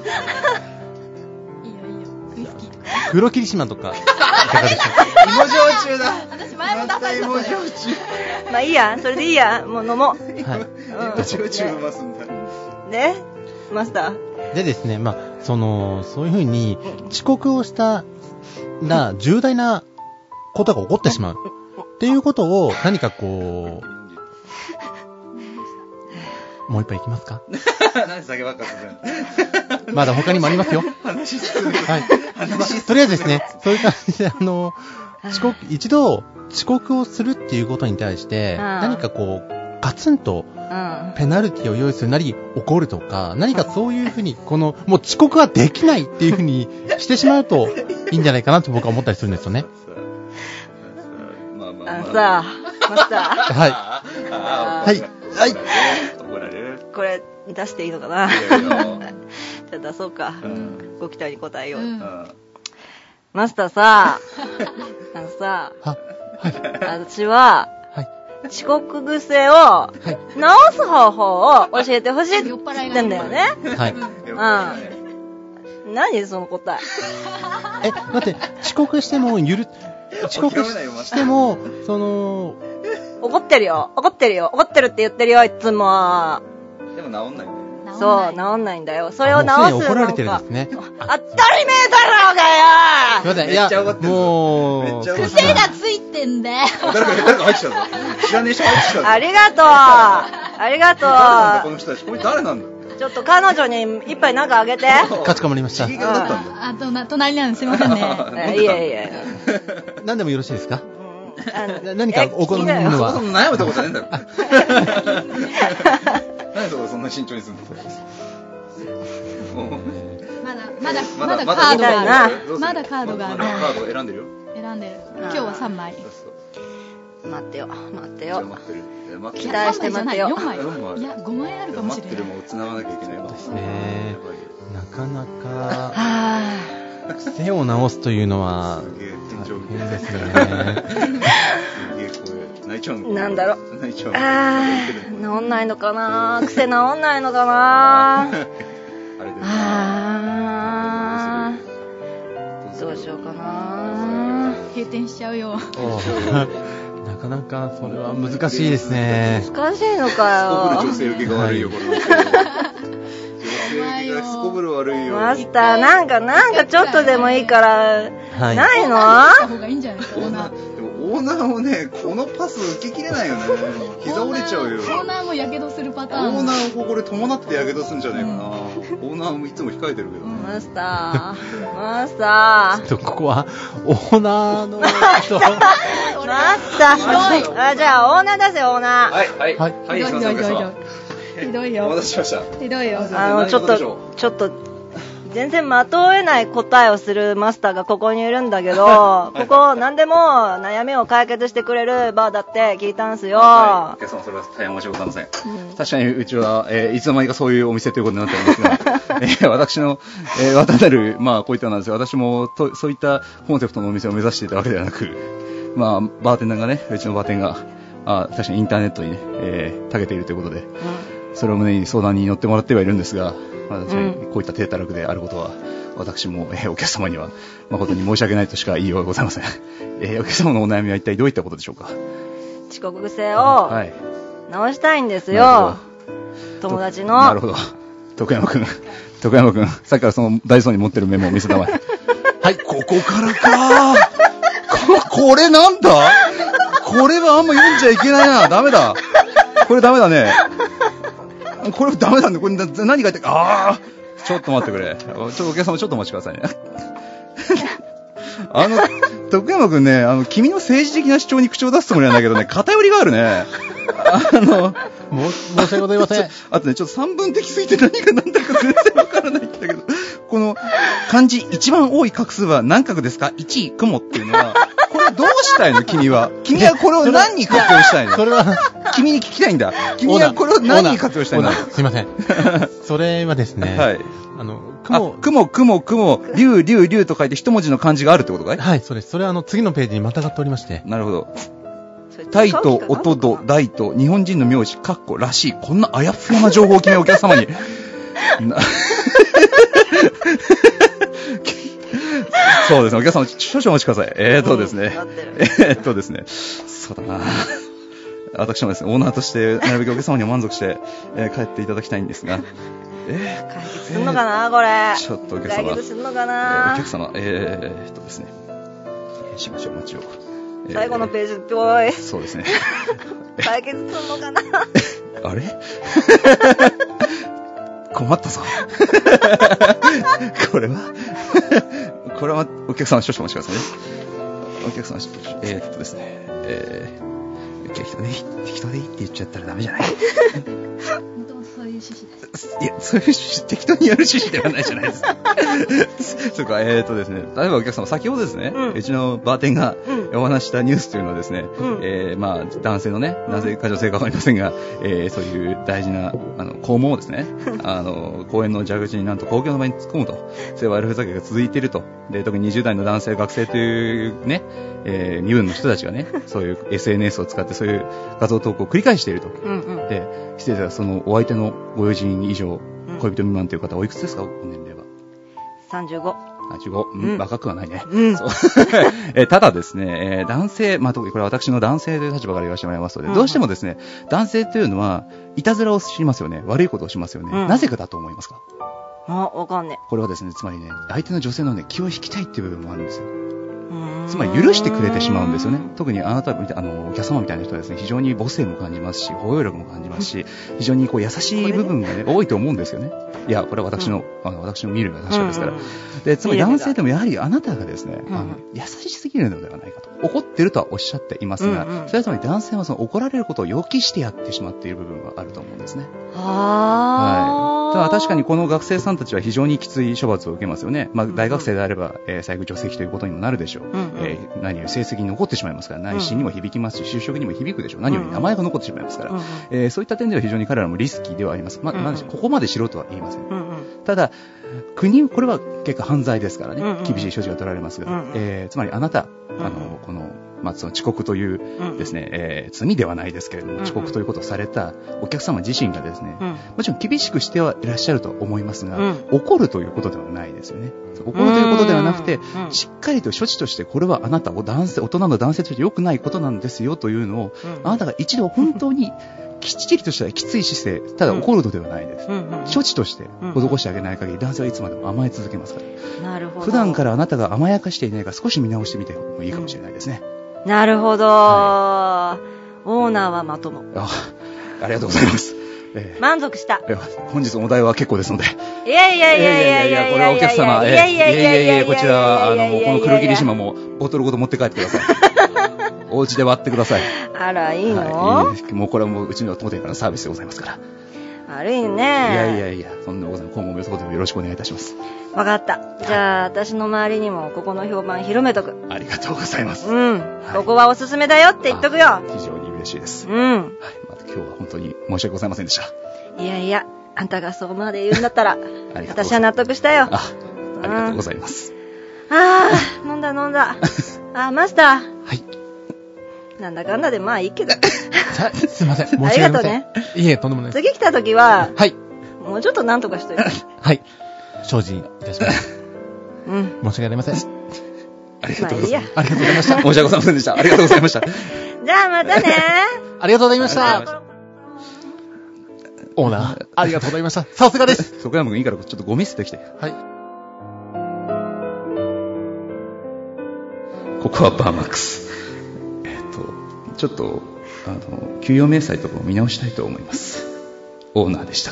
黒霧島とか、いかがでしょうか。 芋焼酎だ。 私前も出された。 芋焼酎。 まあいいや、それでいいや、もう飲もう。 はい。 芋焼酎飲ますんだ。 ね、マスター。でですね、まあ、そういう風に遅刻をしたら重大なことが起こってしまう。っていうことを何かこう、もう一杯いきますか？ 何酒ばっかする？ まだ他にもありますよ。 話する。 はい。とりあえずですね、そういう感じで、一度遅刻をするっていうことに対して、何かこう、ガツンと、ペナルティを用意するなり、怒るとか、何かそういうふうに、もう遅刻はできないっていうふうにしてしまうといいんじゃないかなと僕は思ったりするんですよね。 さあ、マスター。 はい。はい。はい。 これ出していいのかな。じゃあ出そうか。ご期待に応えよう。マスターさ、私は遅刻癖を直す方法を教えてほしいって言ってんだよね。 はい。 何その答え。だって遅刻しても遅刻しても怒ってるって言ってるよいつも。 でも治んないんだよ。 そう、治んないんだよ。それを直す。 怒られてるんですね。 当たり前だろうがよ。 すいません、いや、もう、 癖がついてんだよ。 誰か入ってきたぞ。知らねえ人入ってきたぞ。 ありがとう。 この人たち、これ誰なんだ。 ちょっと彼女に一杯なんかあげて。 かしこまりました。 隣なんですいませんね。 いや。 何でもよろしいですか？何かお好みのものは。 悩むとこじゃねえんだよ。何そこそんな慎重にするの？ まだカードがある。まだカードがある。 カード選んでるよ。 選んでる。今日は3枚。 待ってよ。期待して待ってよ。 4枚。いや、5枚あるかもしれない。 待ってるも繋がなきゃいけないですね。なかなか、癖を直すというのは、大変ですね。 泣いちゃうんなんだろう。治んないのかな。癖治んないのかな。どうしようかな。 閉店しちゃうよ。 なかなかそれは難しいですね。 難しいのかよ。 女性受けが悪いよ、これ。女性受けがすこぶる悪いよ。 マスター、なんかちょっとでもいいから、ないの？ オーナーもね、このパス受けきれないよね。膝折れちゃうよ。 オーナーもやけどするパターン。 オーナーもこれ伴ってやけどするんじゃないかな。オーナーもいつも控えてるけどね。 マスター。 ここはオーナーの人。 マスター。じゃあオーナー出せ、オーナー。 はい、すいません。 ひどいよ。 お待たせしました。 ひどいよ。 ちょっと。全然的を得ない答えをするマスターがここにいるんだけど、ここ何でも悩みを解決してくれるバーだって聞いたんすよ。 お客様、それは大変申し訳ございません。確かにうちは、いつの間にかそういうお店ということになっておりますが、私の、渡る、こういったなんですが、私もそういったコンセプトのお店を目指していたわけではなく、バーテンダーがね、うちのバーテンが、確かにインターネットにね、長けているということで、それを胸に相談に乗ってもらってはいるんですが、こういった低たらくであることは私も、お客様には誠に申し訳ないとしか言いようがございません。お客様のお悩みは一体どういったことでしょうか？ 遅刻癖を直したいんですよ。友達の。 なるほど。徳山くん、さっきからそのダイソーに持ってるメモを見せたまえ。はい、ここからか。これなんだ？これはあんま読んじゃいけないな。ダメだ。これダメだね。これダメなんだ。これ何書いてちょっと待ってくれ。お客様ちょっとお待ちくださいね。徳山くんね、君の政治的な主張に口を出すつもりなんだけどね、偏りがあるね。 申し訳ございません。 あとね、ちょっと三分的すぎて何が何だか全然わからないんだけど、この、 漢字一番多い画数は何画ですか ?1 位、雲っていうのは、これどうしたいの君は。君はこれを何に活用したいの？ それは、 君に聞きたいんだ。君はこれを何に活用したいの？ すいません。それはですね、 はい。雲、竜と書いて一文字の漢字があるってことかい？ はい、そうです。それは次のページにまたがっておりまして。 なるほど。タイと音と大と日本人の名字、かっこらしい。こんなあやふやな情報を決めお客様に。そうですね、お客様、少々お待ちください。ですね。ですね。そうだな。私もですね、オーナーとして、なるべくお客様にも満足して、帰っていただきたいんですが。 解決すんのかな、これ。 ちょっとお客様。 解決すんのかな。 お客様、ですね。しましょう、お待ちを。 最後のページっぽい。 そうですね。 解決すんのかな。 あれ困ったぞ。これは、お客様少々お待ちくださいね。お客様、ですね。適当でいいって言っちゃったらダメじゃない。 本当はそういう趣旨です。 いや、そういう趣旨、適当にやる趣旨ではないじゃないですか。そうか、ですね、例えばお客様、先ほどですね、うちのバーテンがお話したニュースというのはですね、男性のね、なぜか女性かわかりませんが、そういう大事な、肛門をですね、公園の蛇口になんと公共の場に突っ込むと、そういう悪ふざけが続いていると。で、特に20代の男性学生というね、身分の人たちがね、そういう SNS を使ってそういう画像投稿を繰り返していると。で、失礼ですが、そのお相手のご友人以上、恋人未満という方はおいくつですか、年齢は。 35。 85、若くはないね。そうただですね、男性、特にこれは私の男性という立場から言わせてもらいますので、どうしてもですね、男性というのは、いたずらをしますよね。悪いことをしますよね。なぜかだと思いますか？ わかんねえ。 これはですね、つまりね、相手の女性のね、気を引きたいっていう部分もあるんですよ。つまり許してくれてしまうんですよね。特にあなたお客様みたいな人はですね、非常に母性も感じますし、包容力も感じますし、非常に優しい部分がね、多いと思うんですよね。いや、これは私の見るが確かですから。で、つまり男性でもやはりあなたがですね、優しすぎるのではないかと。怒ってるとはおっしゃっていますが、それはつまり男性はその怒られることを予期してやってしまっている部分はあると思うんですね。はい。ただ確かにこの学生さんたちは非常にきつい処罰を受けますよね。大学生であれば、最後除籍ということにもなるでしょう。何より成績に残ってしまいますから、内心にも響きますし、就職にも響くでしょう。何より名前が残ってしまいますから、そういった点では非常に彼らもリスキーではあります。ここまでしろとは言いません。ただ、これは結構犯罪ですからね、厳しい処置が取られますが、つまりあなた、その遅刻というですね、罪ではないですけれども、遅刻ということをされたお客様自身がですね、もちろん厳しくしてはいらっしゃると思いますが、怒るということではないですよね。怒るということではなくて、しっかりと処置として、これはあなた大人の男性として良くないことなんですよというのを、あなたが一度本当にきっちりとしたきつい姿勢、ただ怒るのではないです。処置として施してあげない限り、男性はいつまでも甘え続けますから。 なるほど。 普段からあなたが甘やかしていないか少し見直してみてもいいかもしれないですね。 なるほど、オーナーはまとも。 ありがとうございます。 満足した。 本日のお題は結構ですので。 いや、 これはお客様、こちらは、この黒霧島もボトルごと持って帰ってください。お家で割ってください。 あら、いいの？ もうこれはもううちの当店からのサービスでございますから。 悪いね。 いや、そんなございます。今後もそこでもよろしくお願いいたします。 わかった。じゃあ、私の周りにもここの評判広めとく。 ありがとうございます。 ここはおすすめだよって言っとくよ。 非常に嬉しいです。はい。また今日は本当に申し訳ございませんでした。 いや、あんたがそこまで言うんだったら、私は納得したよ。 ありがとうございます。 飲んだ。マスター。 はい。 なんだかんだでまあいいけど。 すいません。申し訳ありがとうね。 いえ、とんでもないです。 次来た時は、 はい。 もうちょっとなんとかしといて。 はい。精進いたします。申し訳ありません。 ありがとうございます。 ありがとうございました。 申し訳ございませんでした。ありがとうございました。 じゃあまたね。 ありがとうございました。オーナー、ありがとうございました。さすがです。 そこやむくんいいからちょっとゴミ捨ててきて。 はい。 ここはバーマックス。ちょっと、給与明細とかを見直したいと思います。オーナーでした。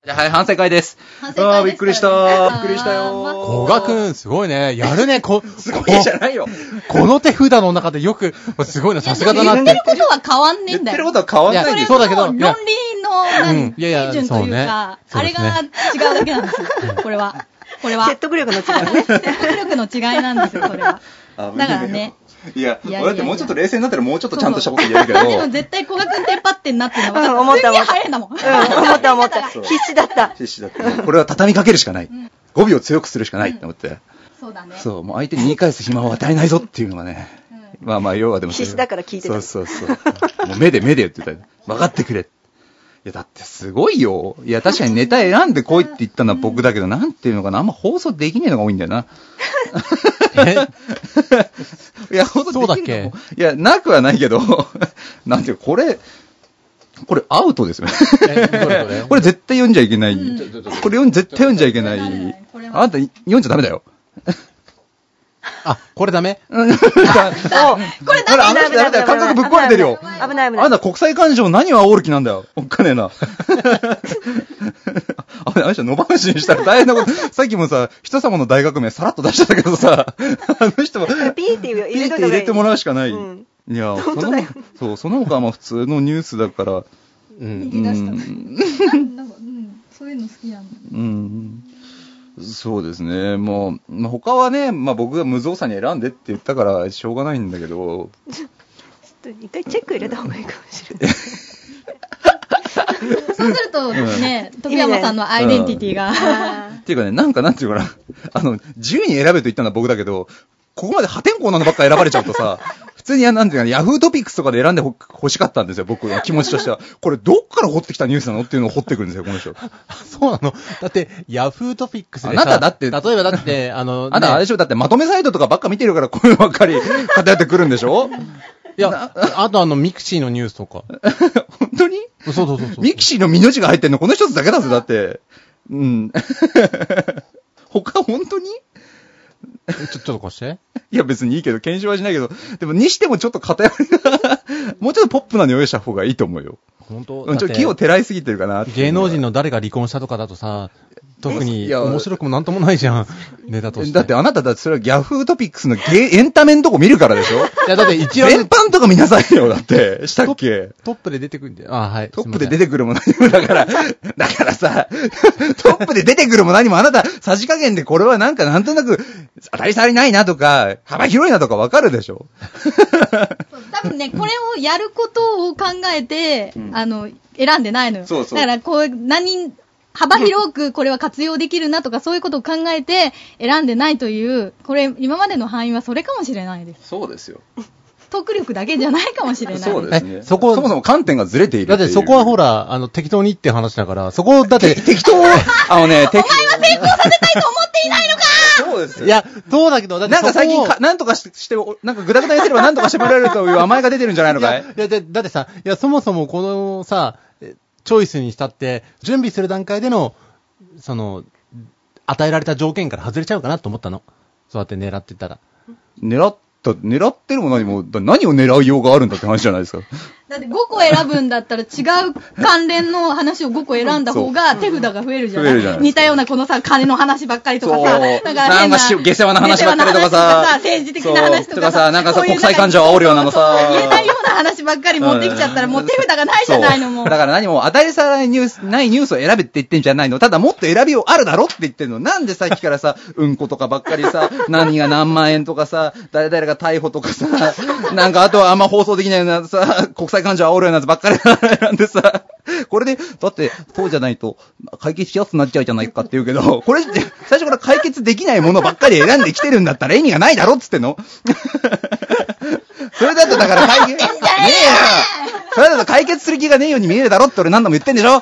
はい、反省会です。ああ、びっくりした。びっくりしたよ。 古賀くん、すごいね。やるね、 すごいじゃないよ。 この手札の中でよく、すごいな、さすがだなって。 言ってることは変わんねえんだよ。 言ってることは変わんないんだよ。 そうだけど。論理の、基準というか、あれが違うだけなんですよ。これは。 説得力の違いね。 説得力の違いなんですよ、それは。だからね。 いや、俺だってもうちょっと冷静になったらもうちょっとちゃんとしたこと言えるけど。 でも絶対古賀くんテンパってんなっていうのは思った。 早いんだもん。 思った。必死だった。 これは畳みかけるしかない。語尾を強くするしかないって思って。 そうだね。 そう、もう相手に言い返す暇は与えないぞっていうのがね。まあ要はでも。 必死だから聞いてた。 そう。もう目で言ってた。分かってくれ。いや、だってすごいよ。いや、確かにネタ選んでこいって言ったのは僕だけど、なんていうのかな、あんま放送できねえのが多いんだよな。いや、放送できそうだっけ？ いや、なくはないけど、なんていうこれアウトですよね。これ絶対読んじゃいけない。これ絶対読んじゃいけない。あなた読んじゃダメだよ。 あ、これダメ？ これダメだよ。感覚ぶっ壊れてるよ。 危ない。 あんた国際感情何を煽る気なんだよ。おっかねえな。あの人野放しにしたら大変なこと。さっきもさ、人様の大学名さらっと出してたけどさ、あの人は、 ピーって入れてもらうしかない。いや、その他はまあ普通のニュースだから。 言い出した。そういうの好きなんだ。 そうですね。もう、他はね、僕が無造作に選んでって言ったからしょうがないんだけど。 ちょっと一回チェック入れた方がいいかもしれない。 そうするとね、徳山さんのアイデンティティが。 っていうかね、なんていうかな、自由に選べと言ったのは僕だけど、ここまで破天荒なのばっか選ばれちゃうとさ、普通になんていうかヤフートピックスとかで選んで欲しかったんですよ、僕の気持ちとしては。これどっから掘ってきたニュースなのっていうのを掘ってくるんですよ、この人。 そうなの？だって、ヤフートピックスでさ、 あなただって、 例えばだって、あなたあれでしょ、だってまとめサイトとかばっか見てるからこういうのばっかり偏ってくるんでしょ？ いや、あとミクシーのニュースとか。 本当に？ そう。 ミクシーのミの字が入ってんのこの一つだけだぜ、だって。他本当に？ ちょっと貸して。 いや別にいいけど、検証はしないけど、でもにしてもちょっと偏りが、もうちょっとポップな匂いした方がいいと思うよ。 本当？ ちょっと木をてらいすぎてるかな。 芸能人の誰が離婚したとかだとさ、特に面白くもなんともないじゃん。ネタとして。 だってあなただってそれはヤフートピックスのエンタメのとこ見るからでしょ？いやだって一応。 全般とか見なさいよ、だって。したっけ？ トップで出てくるんで。あ、はい。 トップで出てくるも何もだからさ、トップで出てくるも何もあなた、さじ加減でこれはなんとなく、当たり障りないなとか、幅広いなとかわかるでしょ？ 多分ね、これをやることを考えて、選んでないのよ。そう。だから幅広くこれは活用できるなとかそういうことを考えて選んでないという、これ今までの範囲はそれかもしれないです。 そうですよ。 トーク力だけじゃないかもしれない。 そうですね。そもそも観点がずれている。 だってそこはほら、適当にって話だから、そこだって適当、お前は成功させたいと思っていないのかそうですよ。 いや、そうだけど、だってなんか最近なんとかして、なんかグダグダにすればなんとかしてもらえるという甘えが出てるんじゃないのかい？ だってさ、そもそもこのさ、チョイスにしたって、準備する段階での、与えられた条件から外れちゃうかなと思ったの。そうやって狙ってたら。 狙ってるも何も、何を狙いようがあるんだって話じゃないですか。 だって5個選ぶんだったら違う関連の話を5個選んだ方が手札が増えるじゃない。似たようなこのさ、金の話ばっかりとかさ、 なんか下世話な話ばっかりとかさ、 政治的な話とかさ、なんかさ、国際感情を煽るようなのさ、 言えないような話ばっかり持ってきちゃったらもう手札がないじゃないのも。 だから何も与えさないニュースを選べって言ってんじゃないの。ただもっと選びようあるだろって言ってんの。なんでさっきからさ、うんことかばっかりさ、何が何万円とかさ、誰々が逮捕とかさ、なんかあとはあんま放送できないようなさ、国際感情を煽るようなやつばっかりなんでさ、これで、だって、そうじゃないと、解決しやすくなっちゃうじゃないかって言うけど、これって、最初から解決できないものばっかり選んできてるんだったら意味がないだろっつってんのそれだとだから解決、ねえよそれだと解決する気がねえように見えるだろって俺何度も言ってんでしょ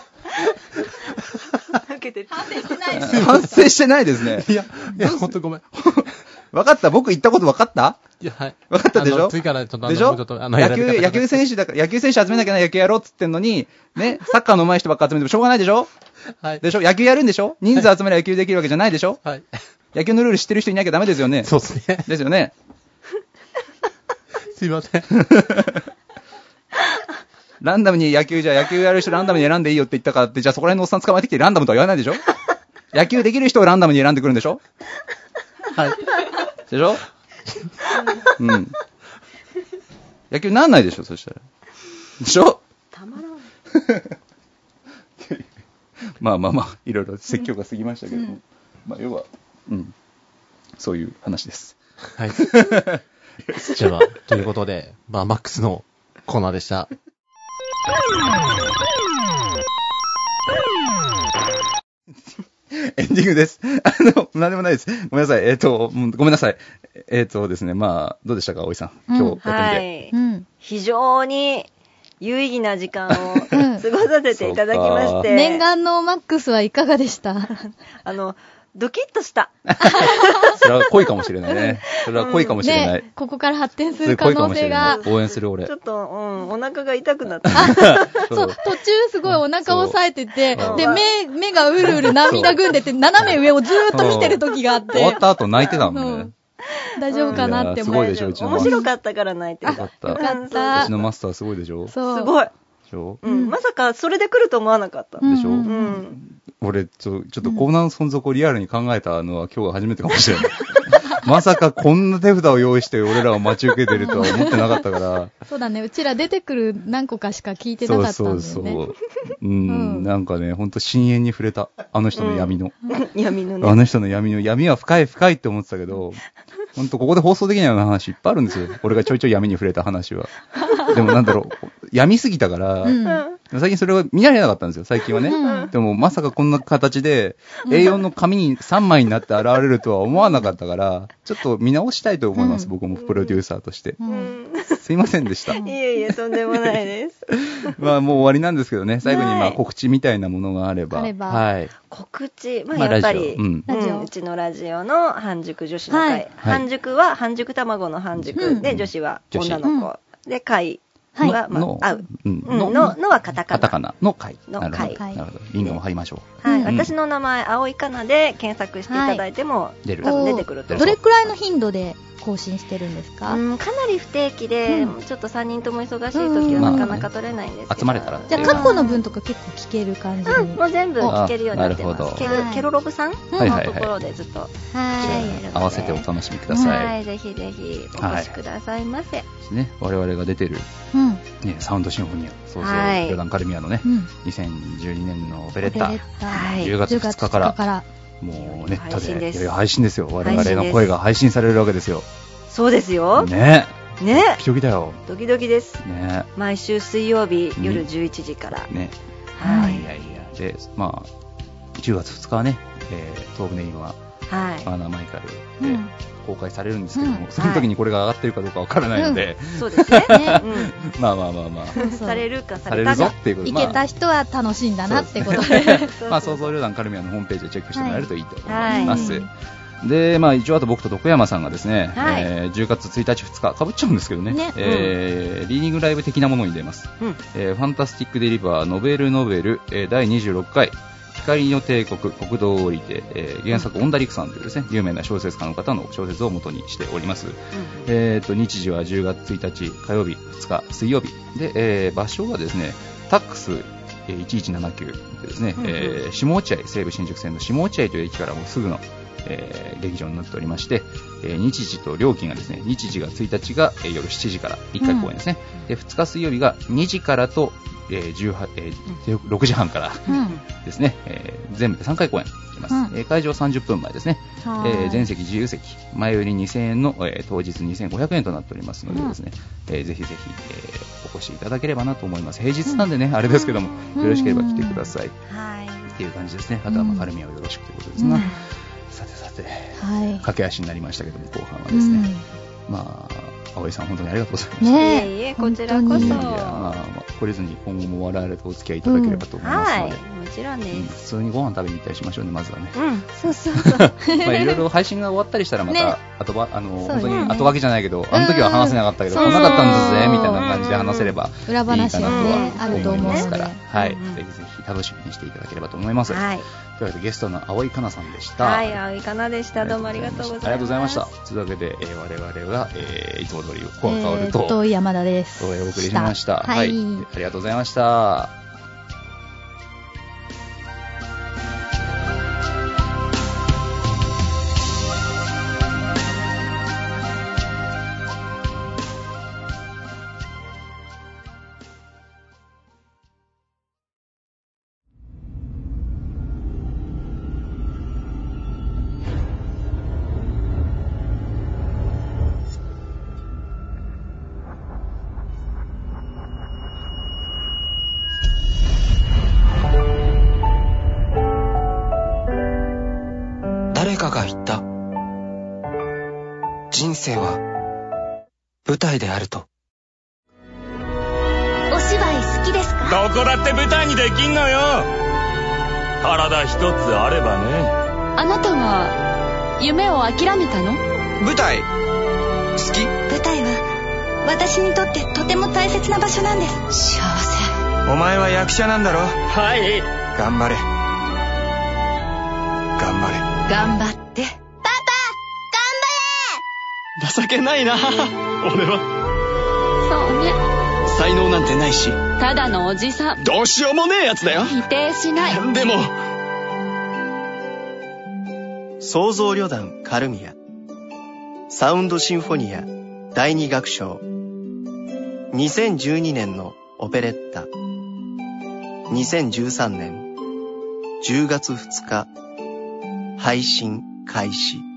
反省してないですね。 いや、ほんとごめん。 分かった？僕言ったこと分かった？ いや、はい。 分かったでしょ？ 次からちょっとでしょ？野球選手だから、野球選手集めなきゃな、野球やろうっつってんのに、ね、サッカーの上手い人ばっか集めてもしょうがないでしょ？はい。でしょ？野球やるんでしょ？人数集めれば野球できるわけじゃないでしょ？はい。野球のルール知ってる人いなきゃダメですよね。 そうですね。 ですよね。 すいません。 ランダムに野球やる人ランダムに選んでいいよって言ったからって、じゃあそこら辺のおっさん捕まえてきてランダムとは言わないでしょ。野球できる人をランダムに選んでくるんでしょ。はい。でしょ。うん。野球なんないでしょ、そしたら。でしょ。たまらん。まあ、いろいろ説教が過ぎましたけども。まあ、要は、そういう話です。 はい。じゃあ、ということで、マックスのコーナーでした。 エンディングです。なんでもないです。ごめんなさい。ごめんなさい。ですね、まあ、どうでしたか、葵さん。今日やってみて。はい。 非常に有意義な時間を過ごさせていただきまして。 念願のマックスはいかがでした？ ドキッとした。 それは恋かもしれないね。それは恋かもしれない。 ここから発展する可能性が。 応援する俺。 ちょっと、お腹が痛くなった。 そう、途中すごいお腹を押さえてて、で、目がうるうる涙ぐんでて、斜め上をずーっと見てる時があって。 終わった後泣いてたもんね。 大丈夫かなって思う。 すごいでしょ、うちの面白かったから泣いてる。 よかった。うちのマスターすごいでしょ。 そう。すごい。まさかそれで来ると思わなかった。 でしょ。俺、ちょっとコーナーの存続をリアルに考えたのは今日が初めてかもしれない。まさかこんな手札を用意して俺らを待ち受けてるとは思ってなかったから。 そうだね、うちら出てくる何個かしか聞いてなかったんだよね。そう。 なんかね、ほんと深淵に触れた。あの人の闇の。 闇のね。 あの人の闇は深いって思ってたけど、ほんとここで放送できないような話いっぱいあるんですよ。俺がちょいちょい闇に触れた話は。でもなんだろう、闇すぎたから、最近それを見られなかったんですよ、最近はね。でもまさかこんな形で A4 の紙に3枚になって現れるとは思わなかったから、ちょっと見直したいと思います、僕もプロデューサーとして。すいませんでした。 いえ、とんでもないです。 まあもう終わりなんですけどね、最後にまあ告知みたいなものがあれば。はい。 告知、まあやっぱり、うちのラジオの半熟女子の会。半熟は半熟卵の半熟で、女子は女の子で会。は、合う。のはカタカナ。 カタカナの会。なるほど。リングも貼りましょう。はい。私の名前、青いかなで検索していただいても、多分出てくると思う。 どれくらいの頻度で更新してるんですか？ かなり不定期で、ちょっと3人とも忙しい時はなかなか取れないんですけど。 集まれたら。 じゃあ過去の分とか結構聞ける感じに。 もう全部聞けるようになってます。ケロログさんのところでずっと合わせてお楽しみください。 はい、ぜひぜひお越しくださいませ。 ね、我々が出てるサウンドシンフォニア、そうヨダンカルミアのね、2012年のオペレッタ、10月2日からもうネットでいよいよ配信ですよ。我々の声が配信されるわけですよ。 そうですよ。 ね。ドキドキだよ。 ドキドキです。ね。毎週水曜日夜11時から。 ね。はい。で、まあ10月2日はね、東武ネインはバーナーマイカルで公開されるんですけども、その時にこれが上がってるかどうかわからないので、 そうですね。 まあされるかされるぞっていうこと。 行けた人は楽しいんだなってことで、 まあ想像旅団カルミアのホームページでチェックしてもらえるといいと思います。で、まあ一応あと僕と徳山さんがですね、10月1日2日かぶっちゃうんですけどね、リーディングライブ的なものに出ます。ファンタスティックデリバーノベル第26回光の帝国国道を降りて、原作恩田陸さんというですね有名な小説家の方の小説を元にしております。日時は10月1日火曜日、2日水曜日で、場所はですねタックス1179でですね、下落合西武新宿線の下落合という駅からもうすぐの劇場になっておりまして、日時と料金がですね、日時が1日が夜7時から1回公演ですね。で2日水曜日が2時からと6時半からですね、全部で3回公演します。会場30分前ですね。全席自由席、前より2000円の、当日2500円となっておりますのでですね、ぜひぜひ、お越しいただければなと思います。平日なんでね、あれですけども、よろしければ来てください。っていう感じですね。あとはカルミアをよろしくということですが、さて、駆け足になりましたけども、後半はですね、まあ葵さん本当にありがとうございました。 いえこちらこそ。 まあ懲りずに今後も我々とお付き合いいただければと思いますので、 もちろんです。 普通にご飯食べに行ったりしましょうね、まずはね。 そうまあいろいろ配信が終わったりしたらまた本当に後書きじゃないけど、あの時は話せなかったけどこんなだったんだぜみたいな感じで話せればいいかなとは思いますから、はい、ぜひぜひ楽しみにしていただければと思います。というわけでゲストの葵かなさんでした。 はい、葵かなでした。どうもありがとうございます。 ありがとうございました。というわけで我々がいつも通りコアカオルと山田です。 お送りしました。 はい。 ありがとうございました。 誰かが言った。人生は舞台であると。 お芝居好きですか？ どこだって舞台にできんのよ。体一つあればね。 あなたは夢を諦めたの？ 舞台好き？ 舞台は私にとってとても大切な場所なんです。 幸せ。 お前は役者なんだろ？ はい。 頑張れ。頑張れ。 頑張って。 パパ、頑張れ。情けないな、俺は。 そうね。 才能なんてないし。 ただのおじさん。 どうしようもねえやつだよ。 否定しない。 でも。 想像旅団カルミア。サウンドシンフォニア第2楽章。2012年のオペレッタ。2013年10月2日配信開始。